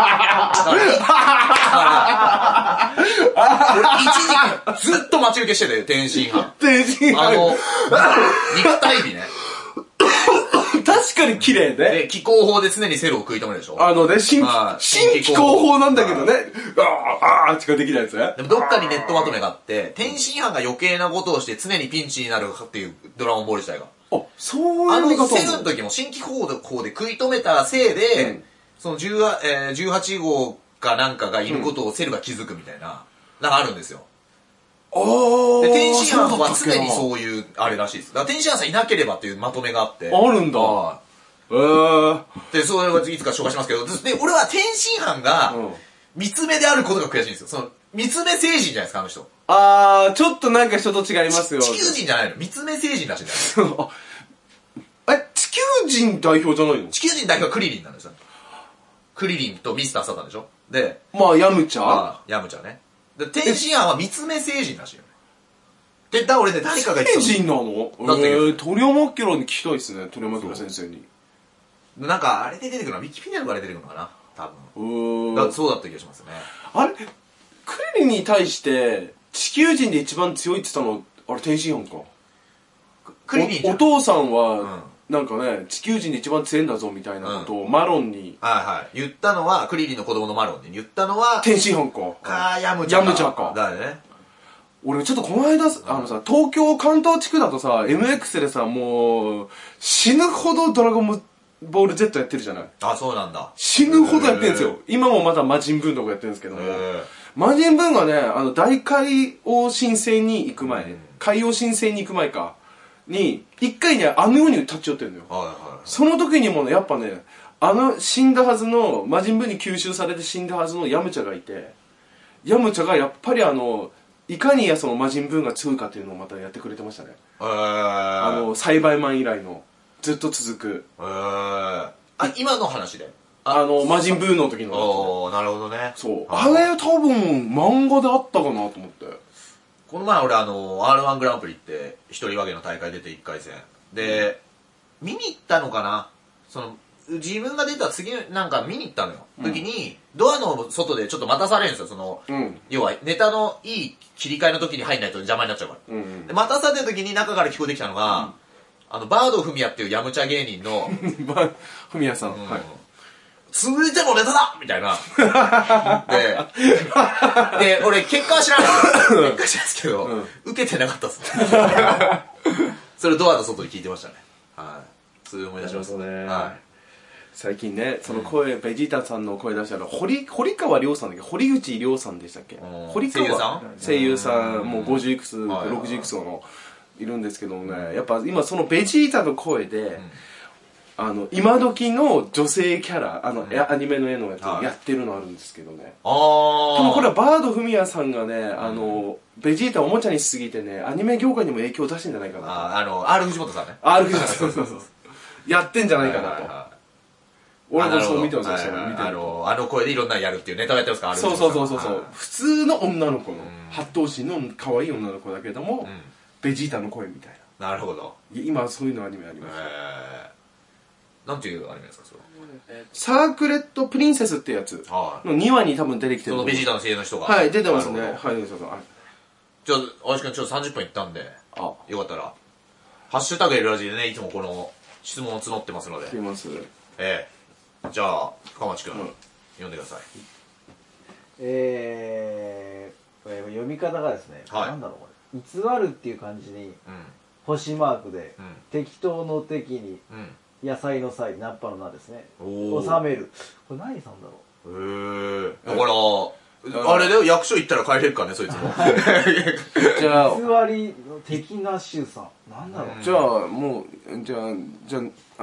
[SPEAKER 1] 俺一時期ずっと待ち受けしてて、天津飯。
[SPEAKER 2] 天津飯。
[SPEAKER 1] 肉体美ね。
[SPEAKER 2] 確かに綺麗ね。
[SPEAKER 1] で、気候法で常にセルを食い止めるでしょ。
[SPEAKER 2] 新気候法なんだけどね。しかできないやつね。
[SPEAKER 1] でもどっかにネットまとめがあって、天津飯が余計なことをして常にピンチになるっていうドラゴンボール自体が。
[SPEAKER 2] そういうこと
[SPEAKER 1] セルの時も新気候法で食い止めたせいで、18号かなんかがいることをセルが気づくみたいな、なんかあるんですよ。で、天津飯は常にそういう、あれらしいです。だから天津飯さんいなければっていうまとめがあって。
[SPEAKER 2] あるんだ。
[SPEAKER 1] で、それはいつか紹介しますけど、で、俺は天津飯が、三つ目であることが悔しいんですよ。三つ目星人じゃないですか、あの人。
[SPEAKER 2] ちょっとなんか人と違いますよ。
[SPEAKER 1] 地球人じゃないの。三つ目星人らしいんだよ。
[SPEAKER 2] 地球人代表じゃないの？
[SPEAKER 1] 地球人代表はクリリンなんですよ。クリリンとミスターサタンでしょ。で、
[SPEAKER 2] ヤムチャ
[SPEAKER 1] ヤムチャね。で、天津飯は三つ目星人らしいよね。で、俺ね、誰かが言ってた。
[SPEAKER 2] 星人なの？鳥山明に聞きたいですね、鳥山明先生に。
[SPEAKER 1] なんか、あれで出てくるのは、ウィキペディアから出てくるのかな多分。そうだった気がしますね。
[SPEAKER 2] あれクリリンに対して、地球人で一番強いって言ったの、あれ天津飯か。
[SPEAKER 1] クリリン
[SPEAKER 2] お父さんは、なんかね、地球人で一番強いんだぞみたいなことをマロンに。
[SPEAKER 1] 言ったのは、クリリンの子供のマロンに言ったのは、
[SPEAKER 2] 天津飯か。
[SPEAKER 1] ヤムチャ
[SPEAKER 2] か。
[SPEAKER 1] だね。
[SPEAKER 2] 俺ちょっとこの間、東京関東地区だとさ、MX でさ、もう、死ぬほどドラゴンボール Z やってるじゃない。
[SPEAKER 1] そうなんだ。
[SPEAKER 2] 死ぬほどやってるんですよ。今もまだ魔人ブーンとかやってるんですけども。魔人ブーンがね、大海王神聖に行く前、海王神聖に行く前か、に、一回ね、あの世に立ち寄ってるのよ。その時にもね、やっぱね、死んだはずの、魔人ブーンに吸収されて死んだはずのヤムチャがいて、ヤムチャがやっぱりいかにその魔人ブーンが強いかっていうのをまたやってくれてましたね。栽培マン以来の、ずっと続く。
[SPEAKER 1] 今の話で
[SPEAKER 2] 魔人ブーンの時の。
[SPEAKER 1] なるほどね。
[SPEAKER 2] そう。あれ多分漫画であったかなと思って。
[SPEAKER 1] この前俺R1 グランプリって一人分けの大会出て1回戦。で、見に行ったのかな自分が出た次なんか見に行ったのよ。時に、ドアの外でちょっと待たされるんですよ。要はネタのいい切り替えの時に入んないと邪魔になっちゃうから。で待たされる時に中から聞こえてきたのが、バードフミヤっていうヤムチャ芸人の、
[SPEAKER 2] フミヤさん。
[SPEAKER 1] 続いてのネタだみたいな。で、俺結果は知らないですけど、受けてなかったっすね。それドアの外で聞いてましたね。はい。それ思い出しますね。はい。
[SPEAKER 2] 最近ね、その声、ベジータさんの声出したら、堀川亮さんだっけ、堀口亮さんでしたっけ、堀川声優さん、もう50いくつ、60いくつのいるんですけどもね、やっぱ今そのベジータの声で、今時の女性キャラ、アニメの絵のやつやってるのあるんですけどね。多分これはバードフミヤさんがね、ベジータをおもちゃにしすぎてね、アニメ業界にも影響を出してんじゃないかなと。
[SPEAKER 1] R 藤本さんね。
[SPEAKER 2] R 藤本さん、そう。やってんじゃないかなと。俺もそう見てますよ、
[SPEAKER 1] あの声でいろんなのやるっていうネタをやってますから、
[SPEAKER 2] そう。普通の女の子の、八頭身の可愛い女の子だけども、ベジータの声みたい
[SPEAKER 1] な。なるほど。
[SPEAKER 2] 今そういうのアニメあります。
[SPEAKER 1] なんていうアニメですか、それ。
[SPEAKER 2] サークレットプリンセスってやつの2話に多分出てきてる。
[SPEAKER 1] そのベジータの声優の人が。
[SPEAKER 2] はい、出てますね。はい、
[SPEAKER 1] じゃあ、青石君ちょっと30分いったんで、よかったら、ハッシュタグエルラジでね、いつもこの質問を募ってますので。
[SPEAKER 2] 来ます。
[SPEAKER 1] じゃあ、深町君、読んでください。
[SPEAKER 3] 読み方がですね、なんだろうこれ。偽るっていう感じに、星マークで、適当の適に、野菜の菜、ナッパの菜ですね。収める。これ何さんだろう。
[SPEAKER 1] だから、あれだよ、役所行ったら帰れるからね、そいつも。
[SPEAKER 2] じゃあ、
[SPEAKER 3] 偽りの的な衆さん。なんだろう。
[SPEAKER 2] じゃあ、もう、じゃあ、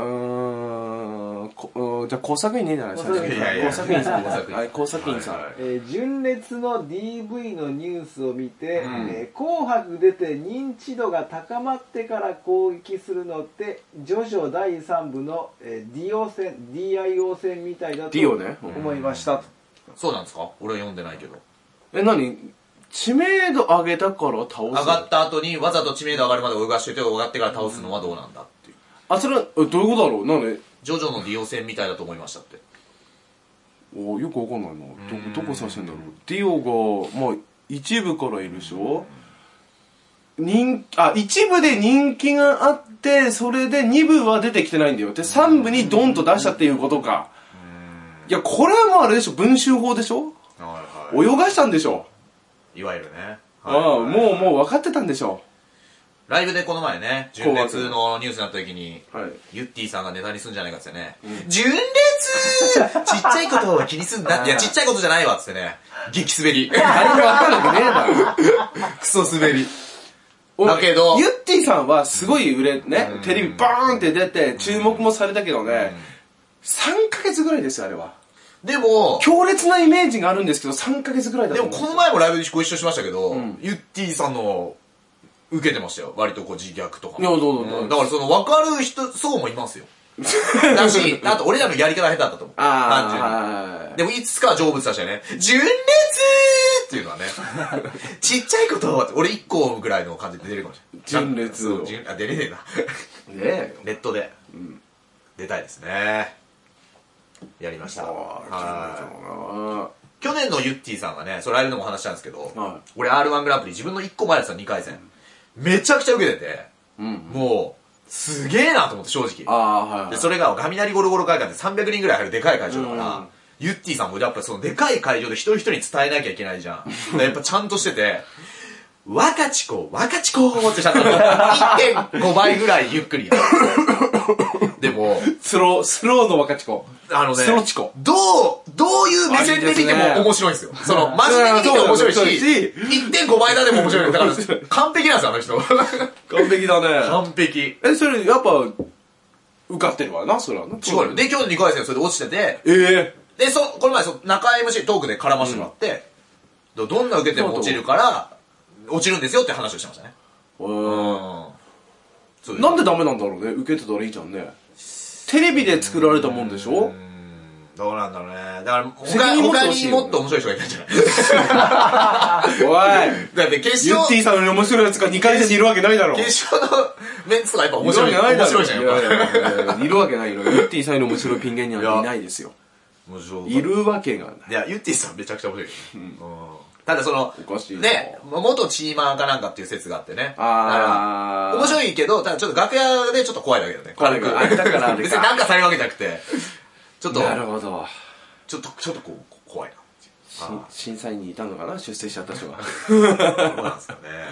[SPEAKER 2] 工作員ねえじゃないですか。工作員さん。はい、工作員さん。
[SPEAKER 3] 純烈の DV のニュースを見て、紅白出て認知度が高まってから攻撃するのって、ジョジョ第3部の、DIO 戦みたいだと思いました。
[SPEAKER 1] そうなんですか？俺は読んでないけど。
[SPEAKER 2] 何？知名度上げたから倒す？
[SPEAKER 1] 上がった後にわざと知名度上がるまで泳がしておいて上がってから倒すのはどうなんだっていう。
[SPEAKER 2] それはどういうことだろう？なんで
[SPEAKER 1] ジョジョのディオ戦みたいだと思いましたって。
[SPEAKER 2] よくわかんないな。どこ指してんだろう。ディオが、まあ、一部からいるでしょ？一部で人気があって、それで二部は出てきてないんだよ。で、三部にドンと出したっていうことか。いや、これはもうあれでしょ、文春法でしょ、泳がしたんでしょ、
[SPEAKER 1] いわゆるね。
[SPEAKER 2] もう分かってたんでしょ。
[SPEAKER 1] ライブでこの前ね、純烈のニュースになった時に、ユッティさんがネタにすんじゃないかってね、純烈ちっちゃいことを気にすんだ。いや、ちっちゃいことじゃないわっつってね、激滑り。
[SPEAKER 2] あれ分かるわけねえだろ。
[SPEAKER 1] クソ滑り。だけど、
[SPEAKER 2] ユッティさんはすごいね、テレビバーンって出て注目もされたけどね、3ヶ月ぐらいですよ、あれは。
[SPEAKER 1] でも、
[SPEAKER 2] 強烈なイメージがあるんですけど、3ヶ月ぐらいだと
[SPEAKER 1] 思う。でも、この前もライブでご一緒しましたけど、ユッティさんの、受けてましたよ。割とこう自虐とか。
[SPEAKER 2] いや、どう
[SPEAKER 1] だからその、分かる人、そうもいますよ。だし、あと俺らのやり方下手だったと思う。単純に。でも、いつかは成仏させたよね。純烈っていうのはね、ちっちゃいことは、俺1個ぐらいの感じで出れるかもしれない。
[SPEAKER 2] 純烈を。
[SPEAKER 1] 出れねえな。
[SPEAKER 2] ね
[SPEAKER 1] ネットで。出たいですね。やりました。去年のユッティさんがね、それライブでも話したんですけど、俺 R1 グランプリ自分の1個前やってた2回戦。めちゃくちゃ受けてて、もう、すげえなと思って正直。で、それがガミナリゴロゴロ会館で300人ぐらい入るでかい会場だから、ユッティさんもやっぱそのでかい会場で一人一人に伝えなきゃいけないじゃん。やっぱちゃんとしてて、若ちこってちゃんと 1.5 倍ぐらいゆっくり。でも、
[SPEAKER 2] スローの若ちこ。スロチコ。
[SPEAKER 1] どういう目線で見ても面白いんですよ。その、真面目に見ても面白いし、1.5 倍だでも面白い。だから、完璧なんですよ、あの人。
[SPEAKER 2] 完璧だね。
[SPEAKER 1] 完璧。
[SPEAKER 2] それ、やっぱ、受かってるわな、それはな。
[SPEAKER 1] 違うよ。で、今日の2回戦それで落ちてて、で、この前、中 MC トークで絡ませてもらって、どんな受けても落ちるから、落ちるんですよって話をしてましたね。
[SPEAKER 2] なんでダメなんだろうね、受けてたらいいじゃんね。テレビで作られたもんでしょ。
[SPEAKER 1] どうなんだろうね。だから、他にもっと面白い人がいたんじゃない
[SPEAKER 2] おい。
[SPEAKER 1] だって決勝。
[SPEAKER 2] ユッティさんより面白いやつが2回戦にいるわけないだろ。
[SPEAKER 1] 決勝のメンツがやっぱ面白いじゃん、やっ
[SPEAKER 2] ぱ。いるわけないよ。ユッティさんより面白いピン芸人はいないですよ。いるわけがない。
[SPEAKER 1] いや、ユッティさんめちゃくちゃ面白い。ただその、ね、元チーマーかなんかっていう説があってね。面白いけど、ただちょっと楽屋でちょっと怖いだけだね。軽く。別になんかされるわけじゃなくて、ちょっと、
[SPEAKER 2] なるほど。
[SPEAKER 1] ちょっとこう、怖いな。
[SPEAKER 2] 審査員にいたのかな、出世しちゃった人が。
[SPEAKER 1] そうなんですかね。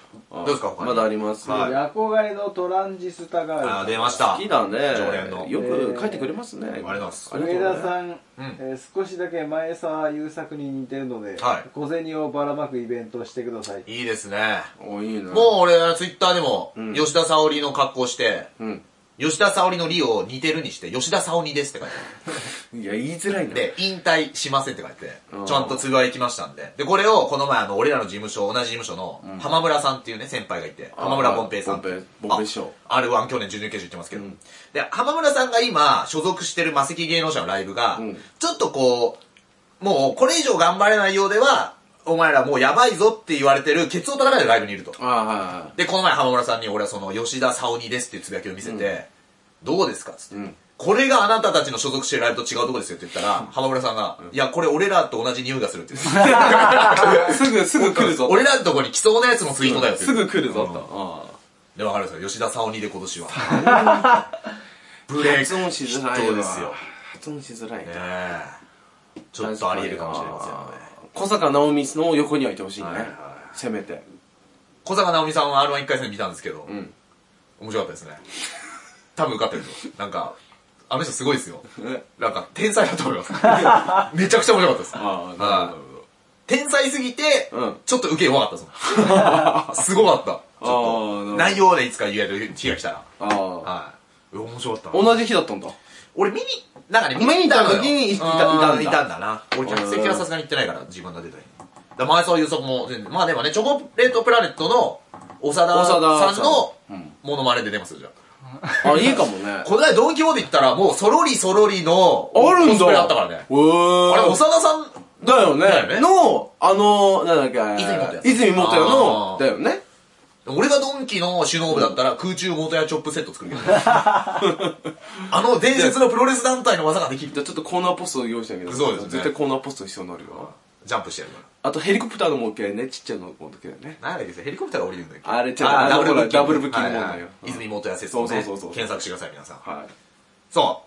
[SPEAKER 1] どうですか他に。
[SPEAKER 2] まだあります。
[SPEAKER 3] 憧れのトランジスタガール。
[SPEAKER 1] あ、出ました。
[SPEAKER 2] 好きだね。
[SPEAKER 1] 常連の。
[SPEAKER 2] よく書いてくれますね。
[SPEAKER 1] ありがとうございます。
[SPEAKER 3] 上田さん、少しだけ前澤友作に似てるので、小銭をばらまくイベントをしてください。
[SPEAKER 1] いいですね。
[SPEAKER 2] お、いいね。
[SPEAKER 1] もう俺、ツイッターでも、吉田沙保里の格好して、吉田沙保里のリを似てるにして、吉田沙保里ですって書いてある。
[SPEAKER 2] いや、言いづらいな。
[SPEAKER 1] で、引退しませんって書いて、ちゃんとつぶやきましたんで。で、これを、この前俺らの事務所、同じ事務所の、浜村さんっていうね、先輩がいて、浜村ボンペイさん。
[SPEAKER 2] ボンペイ師匠。
[SPEAKER 1] R1 去年準々決勝行ってますけど。で、浜村さんが今、所属してる魔石芸能者のライブが、ちょっとこう、もう、これ以上頑張れないようでは、お前らもうやばいぞって言われてる、ケツを叩かれるライブにいると。で、この前浜村さんに俺はその、吉田沙保里ですっていうつぶやきを見せて、どうですかつって。これがあなたたちの所属してるライブと違うとこですよって言ったら、浜村さんが、いや、これ俺らと同じ匂いがするって言ってすぐ来るぞ。俺らのとこに来そうなやつのツイートだよって。
[SPEAKER 2] すぐ来るぞと。
[SPEAKER 1] で、わかるんですよ。吉田沙保里で今年は。ブレイク。
[SPEAKER 2] 発音しづらい
[SPEAKER 1] 人ですよ。
[SPEAKER 2] 発音しづらいね。
[SPEAKER 1] ちょっとあり得るかもしれませんので。
[SPEAKER 2] 小坂直美の横にはいてほしいね。せめて。
[SPEAKER 1] 小坂直美さんは R11 回戦見たんですけど、面白かったですね。多分受かってると。なんか、あの人すごいですよ。なんか、天才だと思います。めちゃくちゃ面白かったです。天才すぎて、ちょっと受け弱かったです。すごかった。ちょっと、内容でいつか言える日が来たら。はい。面白かった。
[SPEAKER 2] 同じ日だったんだ。
[SPEAKER 1] 俺見に、なんかね、見に行った時にいたんだな。俺客席はさすがに行ってないから、自分が出たり。前澤友作も全然、まあでもね、チョコレートプラネットの長田さんのモノマネで出ますよ、じゃ
[SPEAKER 2] あ。いいかもね。
[SPEAKER 1] この間ドンキホーテ行ったら、もうそろりのコスプレあったからね。あれ、長田さん
[SPEAKER 2] だよね。の、なんだっけ、泉元也の、だよね。
[SPEAKER 1] 俺がドンキの首脳部だったら空中元屋チョップセット作るけどね。伝説のプロレス団体の技ができる。
[SPEAKER 2] じゃあちょっとコーナーポスト用意してあげる。
[SPEAKER 1] そうですね。
[SPEAKER 2] 絶対コーナーポスト必要になるよ。
[SPEAKER 1] ジャンプしてやるから。
[SPEAKER 2] あとヘリコプターの模型ね、ちっちゃいの模型ね。
[SPEAKER 1] 何だっけ、ヘリコプターが降りるんだっけ。
[SPEAKER 2] あれちゃダブルブッキング問題よ。
[SPEAKER 1] 泉元屋説をね、検索してください、皆さん。
[SPEAKER 2] はい。
[SPEAKER 1] そう。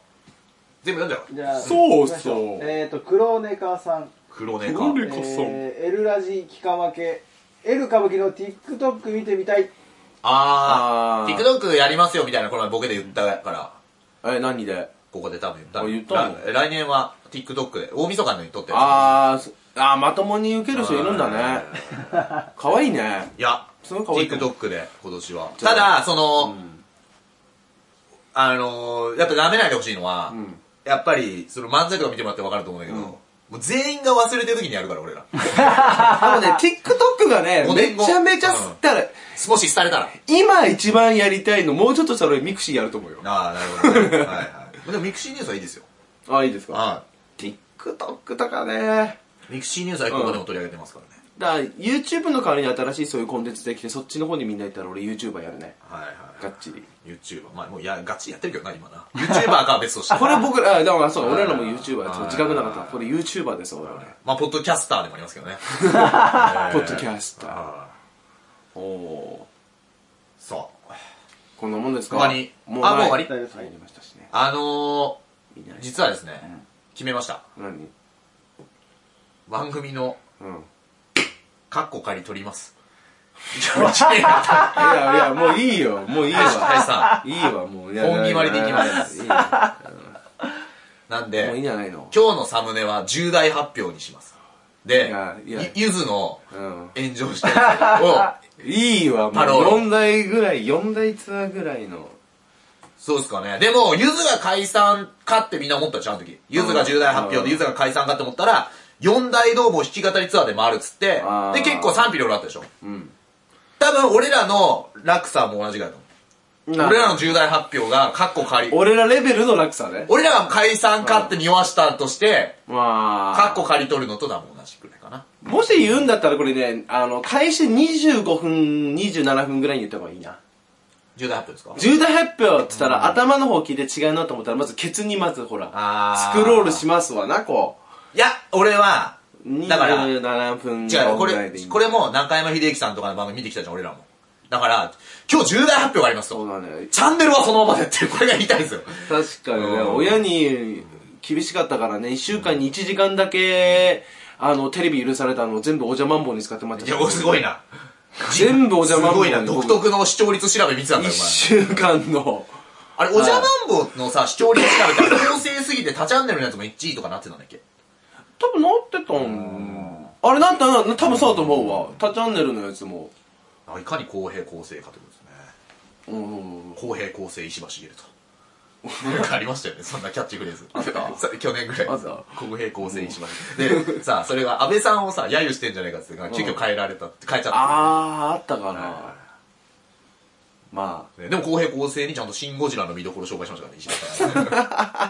[SPEAKER 1] 全部読んじゃ
[SPEAKER 3] う。
[SPEAKER 2] そう。
[SPEAKER 3] 黒ネカさん。
[SPEAKER 1] 黒ネカ。
[SPEAKER 3] エルラジキカマケ。エル歌舞伎の TikTok 見てみたい。
[SPEAKER 1] TikTok やりますよみたいなこのボケで言ったから。
[SPEAKER 2] 何で
[SPEAKER 1] ここで多分言
[SPEAKER 2] った。
[SPEAKER 1] 来年は TikTok で、大晦日のに撮ってる。
[SPEAKER 2] まともに受ける人いるんだね。かわいいね。
[SPEAKER 1] いや、TikTok で今年は。ただ、やっぱ舐めないでほしいのは、やっぱり、漫才とか見てもらって分かると思うんだけど、もう全員が忘れてる時にやるから、俺ら。
[SPEAKER 2] TikTok がね、めちゃめちゃ吸ったら、
[SPEAKER 1] もし廃れたら。
[SPEAKER 2] 今一番やりたいの、もうちょっとしたらミクシーやると思うよ。
[SPEAKER 1] なるほどね。はいはい。でもミクシーニュースはいいですよ。
[SPEAKER 2] いいですか。TikTok とかね。
[SPEAKER 1] ミクシーニュースはここでも取り上げてますからね。
[SPEAKER 2] だから YouTube の代わりに新しいそういうコンテンツできて、そっちの方にみんな行ったら俺 YouTuber やるね。
[SPEAKER 1] はいはい。
[SPEAKER 2] がっちり。
[SPEAKER 1] YouTuber。まあもうガッチリやってるけどな、今な。YouTuber か別として。
[SPEAKER 2] これ僕ら、だからそう、俺らも YouTuber、自覚なかった。これ YouTuber です、俺。
[SPEAKER 1] まあ、ポッドキャスターでもありますけどね。
[SPEAKER 2] ポッドキャスター。
[SPEAKER 1] そう。
[SPEAKER 2] こんなもんですか？
[SPEAKER 1] 他に。もう終わり？実はですね、決めました。
[SPEAKER 2] 何？
[SPEAKER 1] 番組の、カッコ仮取ります。
[SPEAKER 2] いや、もういいよ。もういいわ。
[SPEAKER 1] い
[SPEAKER 2] いわ、もう。
[SPEAKER 1] 本決まりでいきます。なんで、
[SPEAKER 2] もういいんじゃないの？
[SPEAKER 1] 今日のサムネは重大発表にします。で、ゆずの炎上したやつを、
[SPEAKER 2] いいわ、もう4台ツアーぐらいの。
[SPEAKER 1] そうですかね。でも、ゆずが解散かってみんな思ったじゃん、あの時。ゆずが重大発表でゆずが解散かって思ったら、4大ドームを弾き語りツアーで回るっつって、で、結構賛否両論あったでしょ。多分、俺らの落差も同じぐらいだと思う。俺らの重大発表が、カッコ仮。
[SPEAKER 2] 俺らレベルの落差ね。
[SPEAKER 1] 俺らが解散かって匂わしたとして、カ
[SPEAKER 2] ッ
[SPEAKER 1] コ仮取るのと多分同じくらいかな。
[SPEAKER 2] もし言うんだったらこれね、開始25分、27分ぐらいに言った方がいいな。
[SPEAKER 1] 重大発表ですか？
[SPEAKER 2] 重大発表って言ったら、頭の方聞いて違うなと思ったら、まずケツにまずほら、スクロールしますわな、こ
[SPEAKER 1] う。いや、俺は、
[SPEAKER 2] だから、27分
[SPEAKER 1] 違う、これも中山秀樹さんとかの番組見てきたじゃん、俺らも。だから、今日重大発表がありますと。
[SPEAKER 2] そうだね。
[SPEAKER 1] チャンネルはそのままでっていう、これが言いたいんですよ。
[SPEAKER 2] 確かにね、親に厳しかったからね、1週間に1時間だけ、テレビ許されたのを全部おじゃまんぼうに使ってもらっちゃった。
[SPEAKER 1] いや、すごいな。
[SPEAKER 2] 全部おじゃまんぼ
[SPEAKER 1] すごいな、独特の視聴率調べ見てたんだよ、
[SPEAKER 2] 一週間の。
[SPEAKER 1] あれ、おじゃまんぼのさ、視聴率調べって高性すぎて他チャンネルのやつも1位とかなってたんだっけ？
[SPEAKER 2] 多分なってたん。あれなったな、多分そうだと思うわ。他チャンネルのやつも。
[SPEAKER 1] いかに公平公正かということですね。公平公正石橋茂と。なんかありましたよね、そんなキャッチフレーズ。
[SPEAKER 2] あった
[SPEAKER 1] 去年ぐらい。
[SPEAKER 2] あった。
[SPEAKER 1] 公平公正石橋。で、さ、それが安倍さんをさ、揶揄してんじゃないかって、急遽変えちゃったって。
[SPEAKER 2] ああ、あったかな。ま
[SPEAKER 1] あ。でも公平公正にちゃんとシン・ゴジラの見どころ紹介しましたからね、石橋さ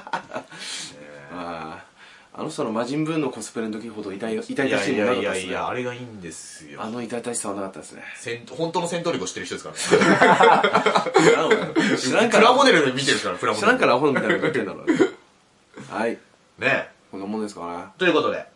[SPEAKER 1] ん。
[SPEAKER 2] あの人の魔人ブーのコスプレの時ほど痛々しいもんなかったですね。
[SPEAKER 1] いや、あれがいいんですよ。
[SPEAKER 2] あの痛々しさはなかったですね。
[SPEAKER 1] 本当の戦闘力を知ってる人ですからね。知らんから。プラモデルで見てるから、プラモデル。
[SPEAKER 2] 知らんからアホみたいなの言ってんだろうね。はい。
[SPEAKER 1] ね
[SPEAKER 2] こんなもんですかね。
[SPEAKER 1] ということで、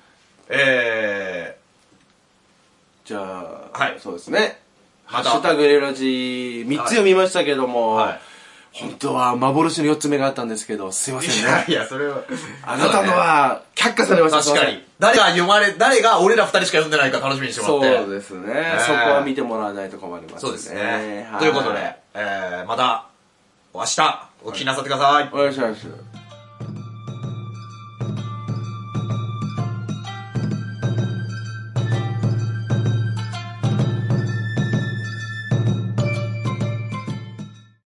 [SPEAKER 2] じゃあ、
[SPEAKER 1] はい。
[SPEAKER 2] そうですね。ハッシュタグエレラジ3つ読みましたけども、はい本当は幻の4つ目があったんですけど、すいませんね。
[SPEAKER 1] いや、それは。
[SPEAKER 2] あなたのは、却下されました。
[SPEAKER 1] 確かに。誰が俺ら2人しか読んでないか楽しみにしてもらって。
[SPEAKER 2] そうですね。そこは見てもらわないと困りますね。
[SPEAKER 1] そうですね。ということで、また、明日、お聞きなさってください。
[SPEAKER 2] お願いします。